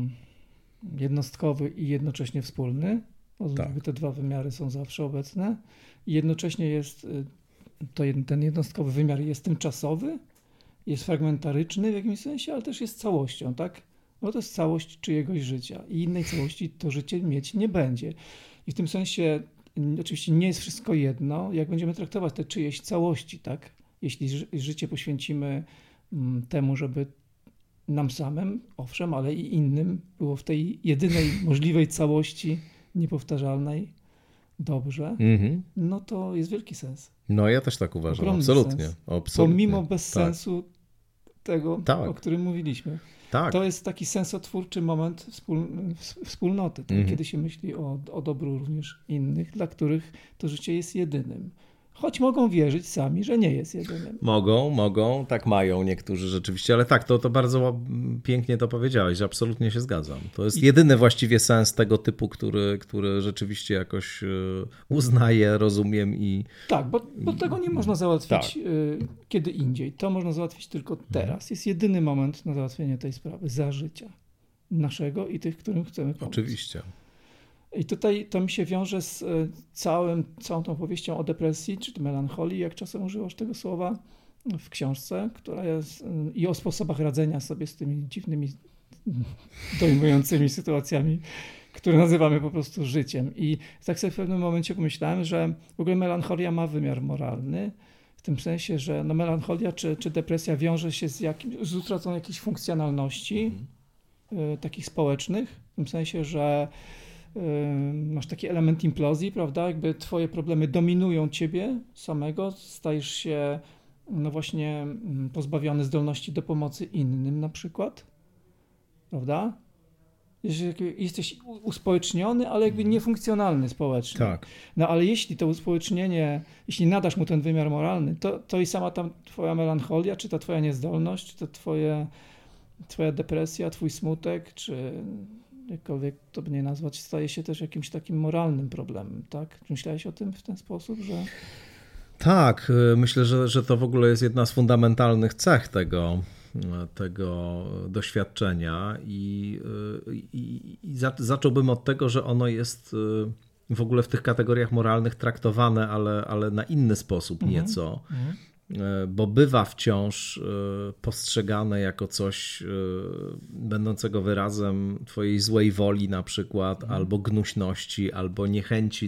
jednostkowy i jednocześnie wspólny. Te dwa wymiary są zawsze obecne. I jednocześnie jest ten jednostkowy wymiar jest tymczasowy, jest fragmentaryczny w jakimś sensie, ale też jest całością, tak? No to jest całość czyjegoś życia i innej całości to życie mieć nie będzie. I w tym sensie oczywiście nie jest wszystko jedno, jak będziemy traktować te czyjeś całości, tak? Jeśli życie poświęcimy temu, żeby nam samym, owszem, ale i innym było w tej jedynej możliwej całości niepowtarzalnej dobrze, no to jest wielki sens. No ja też tak uważam, absolutnie. Pomimo bezsensu tego, o którym mówiliśmy. Tak. To jest taki sensotwórczy moment wspólnoty, kiedy się myśli o dobru również innych, dla których to życie jest jedynym. Choć mogą wierzyć sami, że nie jest jedynym. Mogą, tak mają niektórzy rzeczywiście, ale tak, to bardzo pięknie to powiedziałeś, że absolutnie się zgadzam. To jest jedyny właściwie sens tego typu, który rzeczywiście jakoś uznaję, rozumiem i... Tak, bo tego nie można załatwić kiedy indziej. To można załatwić tylko teraz. Jest jedyny moment na załatwienie tej sprawy za życia naszego i tych, którym chcemy pomóc. Oczywiście. I tutaj to mi się wiąże z całą tą opowieścią o depresji, czy melancholii, jak czasem używasz tego słowa w książce, która jest i o sposobach radzenia sobie z tymi dziwnymi, dojmującymi sytuacjami, które nazywamy po prostu życiem. I tak sobie w pewnym momencie pomyślałem, że w ogóle melancholia ma wymiar moralny, w tym sensie, że melancholia czy depresja wiąże się z utratą jakiejś funkcjonalności takich społecznych, w tym sensie, że masz taki element implozji, prawda? Jakby twoje problemy dominują ciebie samego, stajesz się no właśnie pozbawiony zdolności do pomocy innym na przykład, prawda? Jesteś uspołeczniony, ale jakby niefunkcjonalny społecznie. Tak. No ale jeśli to uspołecznienie, jeśli nadasz mu ten wymiar moralny, to i sama tam twoja melancholia, czy ta twoja niezdolność, czy to twoja depresja, twój smutek, czy jakkolwiek to by nie nazwać, staje się też jakimś takim moralnym problemem, tak? Myślałeś o tym w ten sposób, że... Tak, myślę, że to w ogóle jest jedna z fundamentalnych cech tego doświadczenia i zacząłbym od tego, że ono jest w ogóle w tych kategoriach moralnych traktowane, ale na inny sposób nieco, bo bywa wciąż postrzegane jako coś będącego wyrazem twojej złej woli na przykład, albo gnuśności, albo niechęci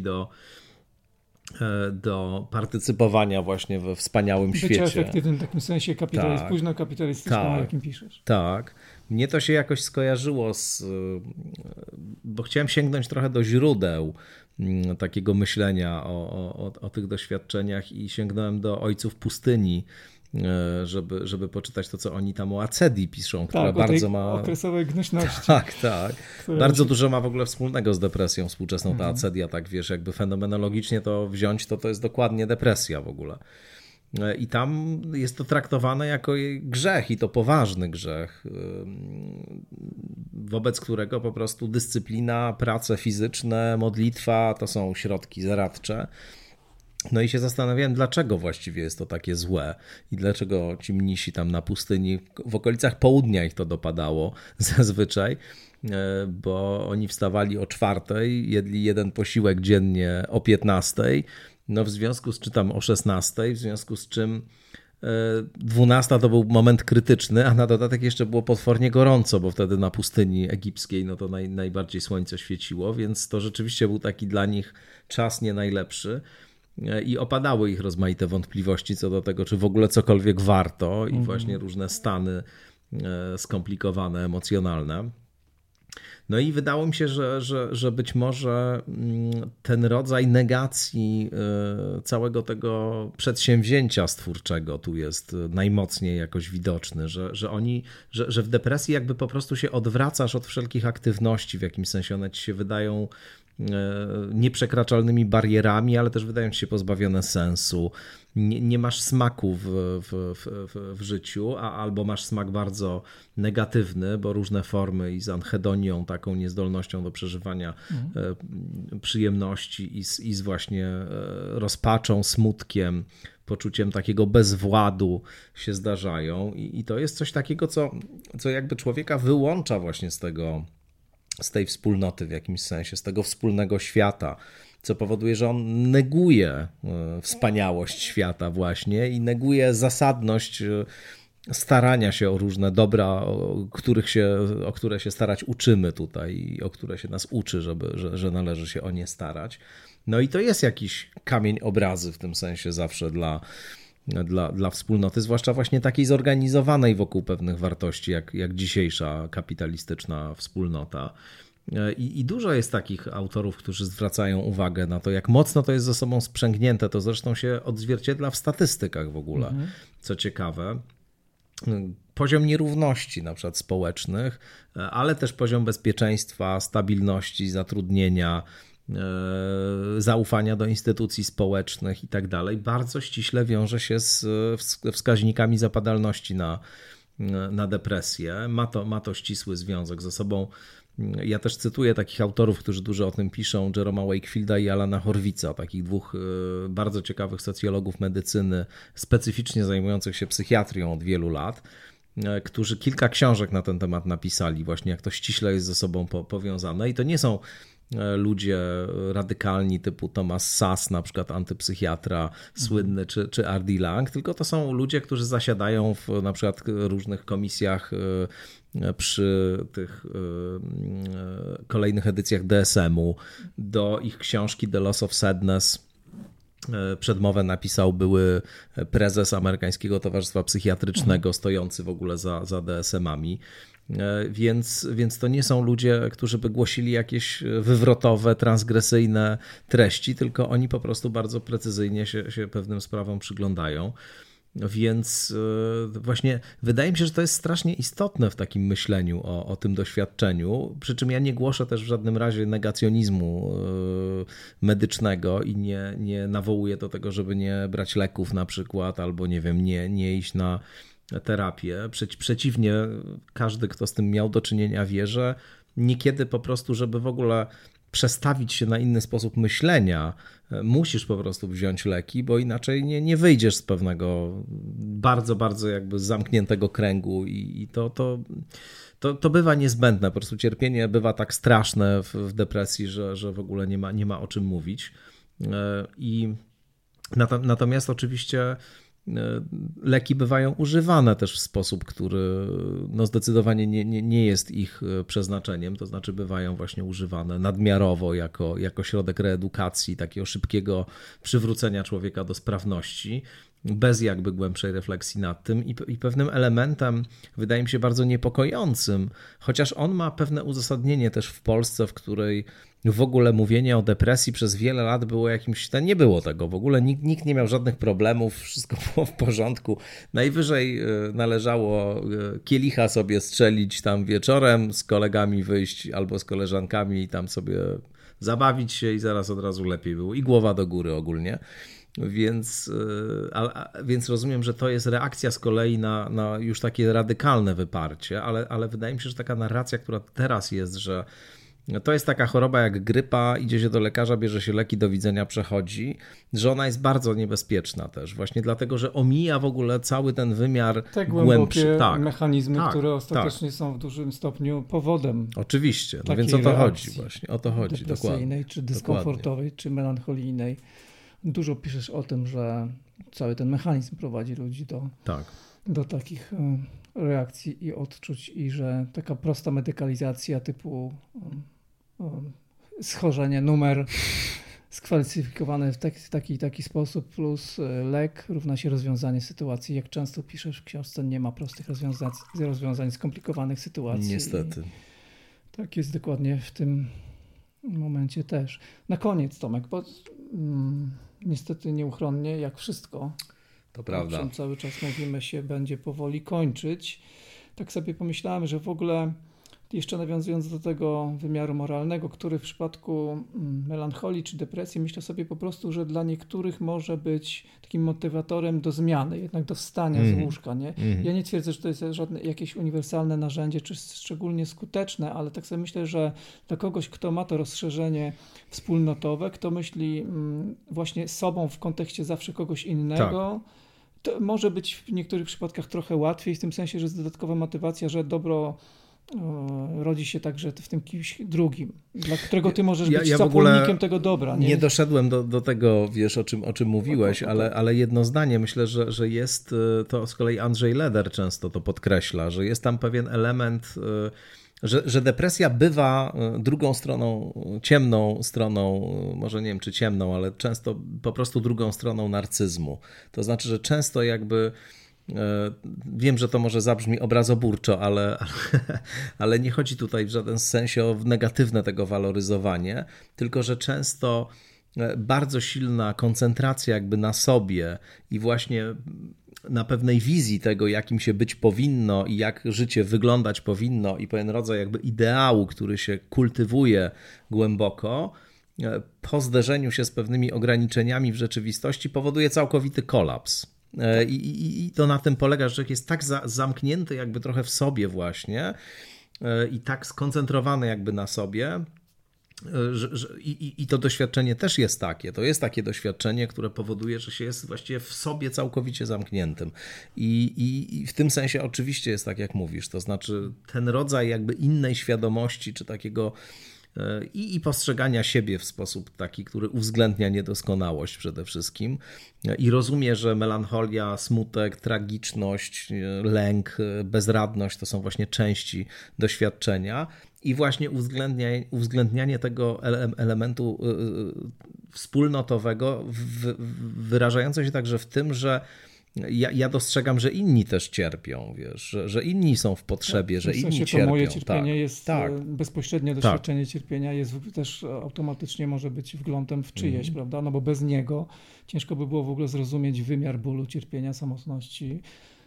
do partycypowania właśnie we wspaniałym Bycia świecie. efektywnym w takim sensie Tak. późno-kapitalistycznym, o jakim piszesz. Tak. Mnie to się jakoś skojarzyło bo chciałem sięgnąć trochę do źródeł takiego myślenia o tych doświadczeniach i sięgnąłem do Ojców Pustyni, żeby poczytać to, co oni tam o acedii piszą, która bardzo ma... okresowej gnuśności. Tak. Bardzo dużo ma w ogóle wspólnego z depresją współczesną ta acedia, tak wiesz, jakby fenomenologicznie to wziąć, to jest dokładnie depresja w ogóle. I tam jest to traktowane jako grzech i to poważny grzech, wobec którego po prostu dyscyplina, prace fizyczne, modlitwa to są środki zaradcze. No i się zastanawiałem, dlaczego właściwie jest to takie złe i dlaczego ci mnisi tam na pustyni, w okolicach południa ich to dopadało zazwyczaj, bo oni wstawali o 4:00, jedli jeden posiłek dziennie o 15:00, no w związku z, czy tam o 16:00, w związku z czym 12:00 to był moment krytyczny, a na dodatek jeszcze było potwornie gorąco, bo wtedy na pustyni egipskiej no to najbardziej słońce świeciło, więc to rzeczywiście był taki dla nich czas nie najlepszy. I opadały ich rozmaite wątpliwości co do tego, czy w ogóle cokolwiek warto i właśnie różne stany skomplikowane, emocjonalne. No i wydało mi się, że być może ten rodzaj negacji całego tego przedsięwzięcia stwórczego tu jest najmocniej jakoś widoczny, że w depresji jakby po prostu się odwracasz od wszelkich aktywności, w jakimś sensie one ci się wydają nieprzekraczalnymi barierami, ale też wydają ci się pozbawione sensu. Nie masz smaku w życiu, albo masz smak bardzo negatywny, bo różne formy i z anhedonią, taką niezdolnością do przeżywania przyjemności i z właśnie rozpaczą, smutkiem, poczuciem takiego bezwładu się zdarzają. I to jest coś takiego, co jakby człowieka wyłącza właśnie z tej wspólnoty w jakimś sensie, z tego wspólnego świata, co powoduje, że on neguje wspaniałość świata właśnie i neguje zasadność starania się o różne dobra, o które się starać uczymy tutaj i o które się nas uczy, że należy się o nie starać. No i to jest jakiś kamień obrazy w tym sensie zawsze dla wspólnoty, zwłaszcza właśnie takiej zorganizowanej wokół pewnych wartości, jak dzisiejsza kapitalistyczna wspólnota. I dużo jest takich autorów, którzy zwracają uwagę na to, jak mocno to jest ze sobą sprzęgnięte. To zresztą się odzwierciedla w statystykach w ogóle, co ciekawe. Poziom nierówności na przykład społecznych, ale też poziom bezpieczeństwa, stabilności, zatrudnienia, zaufania do instytucji społecznych i tak dalej, bardzo ściśle wiąże się z wskaźnikami zapadalności na depresję. Ma to ścisły związek ze sobą. Ja też cytuję takich autorów, którzy dużo o tym piszą, Jeroma Wakefielda i Alana Horwitza, takich dwóch bardzo ciekawych socjologów medycyny, specyficznie zajmujących się psychiatrią od wielu lat, którzy kilka książek na ten temat napisali, właśnie jak to ściśle jest ze sobą powiązane. I to nie są ludzie radykalni typu Thomas Sass, na przykład antypsychiatra słynny, czy R.D. Lang, tylko to są ludzie, którzy zasiadają w na przykład różnych komisjach przy tych kolejnych edycjach DSM-u. Do ich książki The Loss of Sadness przedmowę napisał były prezes Amerykańskiego Towarzystwa Psychiatrycznego, stojący w ogóle za DSM-ami. Więc to nie są ludzie, którzy by głosili jakieś wywrotowe, transgresyjne treści, tylko oni po prostu bardzo precyzyjnie się pewnym sprawom przyglądają. Więc właśnie wydaje mi się, że to jest strasznie istotne w takim myśleniu o tym doświadczeniu, przy czym ja nie głoszę też w żadnym razie negacjonizmu medycznego i nie nawołuję do tego, żeby nie brać leków na przykład, albo nie wiem, nie iść na terapię. Przeciwnie, każdy, kto z tym miał do czynienia, wie, że niekiedy po prostu, żeby w ogóle przestawić się na inny sposób myślenia, musisz po prostu wziąć leki, bo inaczej nie wyjdziesz z pewnego bardzo, bardzo jakby zamkniętego kręgu i to bywa niezbędne. Po prostu cierpienie bywa tak straszne w depresji, że w ogóle nie ma o czym mówić. Natomiast oczywiście leki bywają używane też w sposób, który no zdecydowanie nie jest ich przeznaczeniem, to znaczy bywają właśnie używane nadmiarowo jako środek reedukacji, takiego szybkiego przywrócenia człowieka do sprawności, bez jakby głębszej refleksji nad tym i pewnym elementem, wydaje mi się bardzo niepokojącym, chociaż on ma pewne uzasadnienie też w Polsce, w której w ogóle mówienie o depresji przez wiele lat było jakimś, nie było tego, w ogóle nikt nie miał żadnych problemów, wszystko było w porządku. Najwyżej należało kielicha sobie strzelić tam wieczorem, z kolegami wyjść albo z koleżankami i tam sobie zabawić się i zaraz od razu lepiej było i głowa do góry ogólnie. Więc rozumiem, że to jest reakcja z kolei na już takie radykalne wyparcie, ale wydaje mi się, że taka narracja, która teraz jest, że to jest taka choroba jak grypa, idzie się do lekarza, bierze się leki, do widzenia, przechodzi, że ona jest bardzo niebezpieczna też, właśnie dlatego, że omija w ogóle cały ten wymiar te głębszy. Mechanizmy, które ostatecznie są w dużym stopniu powodem. Oczywiście, no więc o to chodzi właśnie, o to chodzi. Depresyjnej, dokładnie. czy dyskomfortowej, czy melancholijnej. Dużo piszesz o tym, że cały ten mechanizm prowadzi ludzi do takich reakcji i odczuć i że taka prosta medykalizacja typu schorzenie, numer skwalifikowany w taki sposób plus lek równa się rozwiązanie sytuacji. Jak często piszesz w książce, nie ma prostych rozwiązań skomplikowanych sytuacji. Niestety. I tak jest dokładnie w tym momencie też. Na koniec, Tomek, bo niestety nieuchronnie, jak wszystko, to prawda, o czym cały czas mówimy, się będzie powoli kończyć. Tak sobie pomyślałem, że w ogóle jeszcze nawiązując do tego wymiaru moralnego, który w przypadku melancholii czy depresji, myślę sobie po prostu, że dla niektórych może być takim motywatorem do zmiany, jednak do wstania z łóżka. Nie? Ja nie twierdzę, że to jest żadne jakieś uniwersalne narzędzie, czy szczególnie skuteczne, ale tak sobie myślę, że dla kogoś, kto ma to rozszerzenie wspólnotowe, kto myśli właśnie sobą w kontekście zawsze kogoś innego, to może być w niektórych przypadkach trochę łatwiej, w tym sensie, że jest dodatkowa motywacja, że dobro rodzi się także w tym kimś drugim, dla którego ty możesz być zapólnikiem tego dobra. Nie doszedłem do tego, wiesz, o czym mówiłeś, ale jedno zdanie, myślę, że jest to z kolei Andrzej Leder często to podkreśla, że jest tam pewien element, że depresja bywa drugą stroną, ciemną stroną, może nie wiem czy ciemną, ale często po prostu drugą stroną narcyzmu. To znaczy, że często jakby wiem, że to może zabrzmi obrazoburczo, ale nie chodzi tutaj w żaden sensie o negatywne tego waloryzowanie, tylko że często bardzo silna koncentracja jakby na sobie i właśnie na pewnej wizji tego, jakim się być powinno i jak życie wyglądać powinno i pewien rodzaj jakby ideału, który się kultywuje głęboko, po zderzeniu się z pewnymi ograniczeniami w rzeczywistości powoduje całkowity kolaps. I to na tym polega, że człowiek jest tak zamknięty jakby trochę w sobie właśnie i tak skoncentrowany jakby na sobie, i to doświadczenie też jest takie. To jest takie doświadczenie, które powoduje, że się jest właściwie w sobie całkowicie zamkniętym. I w tym sensie oczywiście jest tak, jak mówisz. To znaczy ten rodzaj jakby innej świadomości, czy takiego i postrzegania siebie w sposób taki, który uwzględnia niedoskonałość przede wszystkim i rozumie, że melancholia, smutek, tragiczność, lęk, bezradność to są właśnie części doświadczenia i właśnie uwzględnianie tego elementu wspólnotowego wyrażające się także w tym, że ja dostrzegam, że inni też cierpią, wiesz, że inni są w potrzebie, że inni cierpią. To moje cierpienie jest bezpośrednie doświadczenie cierpienia jest też automatycznie może być wglądem w czyjeś, prawda? No bo bez niego ciężko by było w ogóle zrozumieć wymiar bólu, cierpienia, samotności,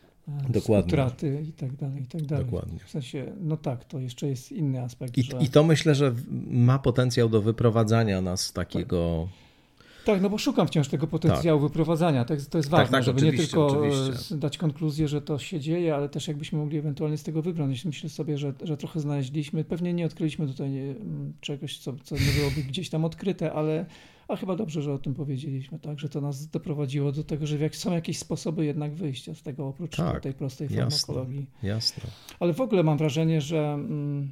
utraty i tak dalej, i tak dalej. Dokładnie. W sensie, no tak, to jeszcze jest inny aspekt. I to myślę, że ma potencjał do wyprowadzania nas z takiego... Tak, no bo szukam wciąż tego potencjału wyprowadzania. To jest ważne, żeby nie tylko dać konkluzję, że to się dzieje, ale też jakbyśmy mogli ewentualnie z tego wybrnąć. Myślę sobie, że trochę znaleźliśmy. Pewnie nie odkryliśmy tutaj czegoś, co nie byłoby gdzieś tam odkryte, ale chyba dobrze, że o tym powiedzieliśmy, tak? Że to nas doprowadziło do tego, że są jakieś sposoby jednak wyjścia z tego, oprócz tej prostej farmakologii. Jasne. Ale w ogóle mam wrażenie, że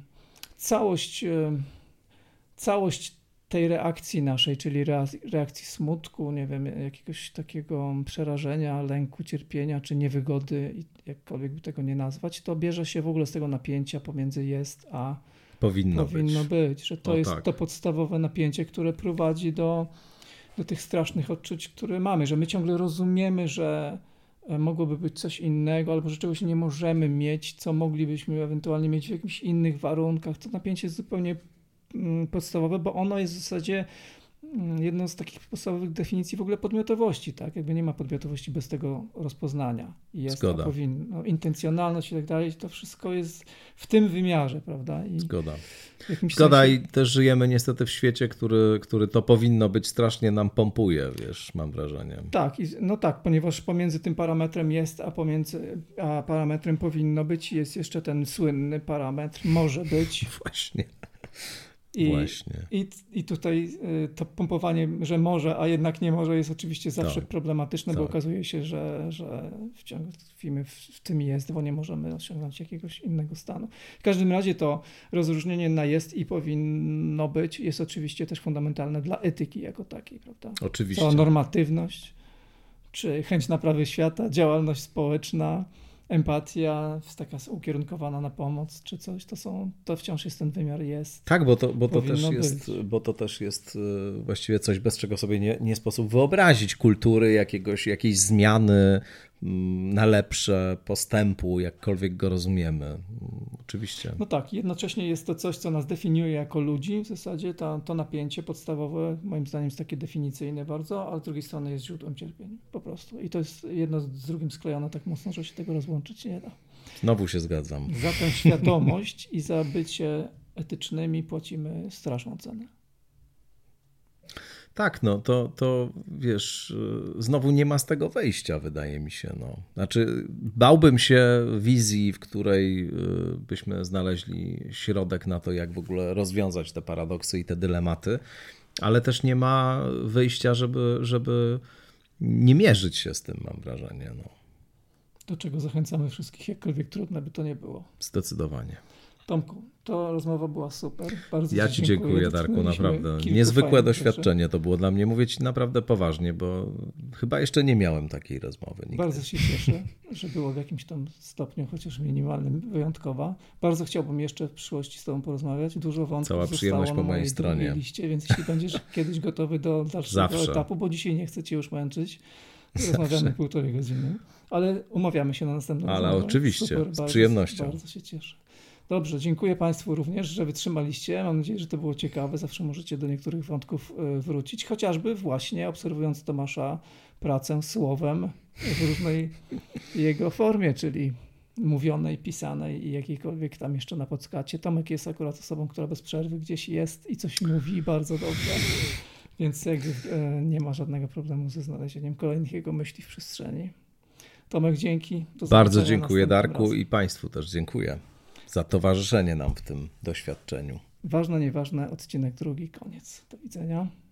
całość tej reakcji naszej, czyli reakcji smutku, nie wiem, jakiegoś takiego przerażenia, lęku, cierpienia czy niewygody, jakkolwiek by tego nie nazwać, to bierze się w ogóle z tego napięcia pomiędzy jest a powinno być. Że to jest to podstawowe napięcie, które prowadzi do tych strasznych odczuć, które mamy, że my ciągle rozumiemy, że mogłoby być coś innego, albo że czegoś nie możemy mieć, co moglibyśmy ewentualnie mieć w jakichś innych warunkach. To napięcie jest zupełnie podstawowe, bo ono jest w zasadzie jedną z takich podstawowych definicji w ogóle podmiotowości, tak? Jakby nie ma podmiotowości bez tego rozpoznania. Jest, Zgoda. Intencjonalność i tak dalej, to wszystko jest w tym wymiarze, prawda? Zgoda i też żyjemy niestety w świecie, który to powinno być, strasznie nam pompuje, wiesz, mam wrażenie. Tak, ponieważ pomiędzy tym parametrem jest, a parametrem powinno być, jest jeszcze ten słynny parametr może być. Właśnie. I tutaj to pompowanie, że może, a jednak nie może, jest oczywiście zawsze problematyczne, bo okazuje się, że wciąż tkwimy w tym jest, bo nie możemy osiągnąć jakiegoś innego stanu. W każdym razie to rozróżnienie na jest i powinno być jest oczywiście też fundamentalne dla etyki jako takiej, prawda? Oczywiście. To normatywność, czy chęć naprawy świata, działalność społeczna, empatia, taka ukierunkowana na pomoc, czy coś, to wciąż jest ten wymiar jest. Tak, bo to też jest właściwie coś, bez czego sobie nie sposób wyobrazić kultury, jakiejś zmiany na lepsze, postępu, jakkolwiek go rozumiemy. Oczywiście. No tak, jednocześnie jest to coś, co nas definiuje jako ludzi, w zasadzie to napięcie podstawowe, moim zdaniem jest takie definicyjne bardzo, a z drugiej strony jest źródłem cierpienia, po prostu. I to jest jedno z drugim sklejone tak mocno, że się tego rozłączyć nie da. Znowu się zgadzam. Za tę świadomość i za bycie etycznymi płacimy straszną cenę. Tak, no to wiesz, znowu nie ma z tego wejścia, wydaje mi się. No. Znaczy, bałbym się wizji, w której byśmy znaleźli środek na to, jak w ogóle rozwiązać te paradoksy i te dylematy, ale też nie ma wyjścia, żeby nie mierzyć się z tym, mam wrażenie. No. Do czego zachęcamy wszystkich, jakkolwiek trudne by to nie było. Zdecydowanie. Tomku, to rozmowa była super. Bardzo ja Ci dziękuję, Darku, naprawdę. Niezwykłe doświadczenie to było dla mnie. Mówię Ci naprawdę poważnie, bo chyba jeszcze nie miałem takiej rozmowy nigdy. Bardzo się cieszę, że było w jakimś tam stopniu, chociaż minimalnym, wyjątkowa. Bardzo chciałbym jeszcze w przyszłości z Tobą porozmawiać. Dużo wątków Cała przyjemność po mojej stronie. Liście, więc jeśli będziesz kiedyś gotowy do dalszego etapu, bo dzisiaj nie chcę Cię już męczyć, rozmawiamy 1,5 godziny, ale umawiamy się na następną rozmowę. Ale oczywiście, super, z przyjemnością. Bardzo się cieszę. Dobrze, dziękuję Państwu również, że wytrzymaliście. Mam nadzieję, że to było ciekawe. Zawsze możecie do niektórych wątków wrócić, chociażby właśnie obserwując Tomasza pracę słowem w różnej jego formie, czyli mówionej, pisanej i jakiejkolwiek tam jeszcze na podcaście. Tomek jest akurat osobą, która bez przerwy gdzieś jest i coś mówi bardzo dobrze, więc jakby nie ma żadnego problemu ze znalezieniem kolejnych jego myśli w przestrzeni. Tomek, dzięki. Bardzo dziękuję, Darku, i Państwu też dziękuję za towarzyszenie nam w tym doświadczeniu. Ważne, nieważne, odcinek 2, koniec. Do widzenia.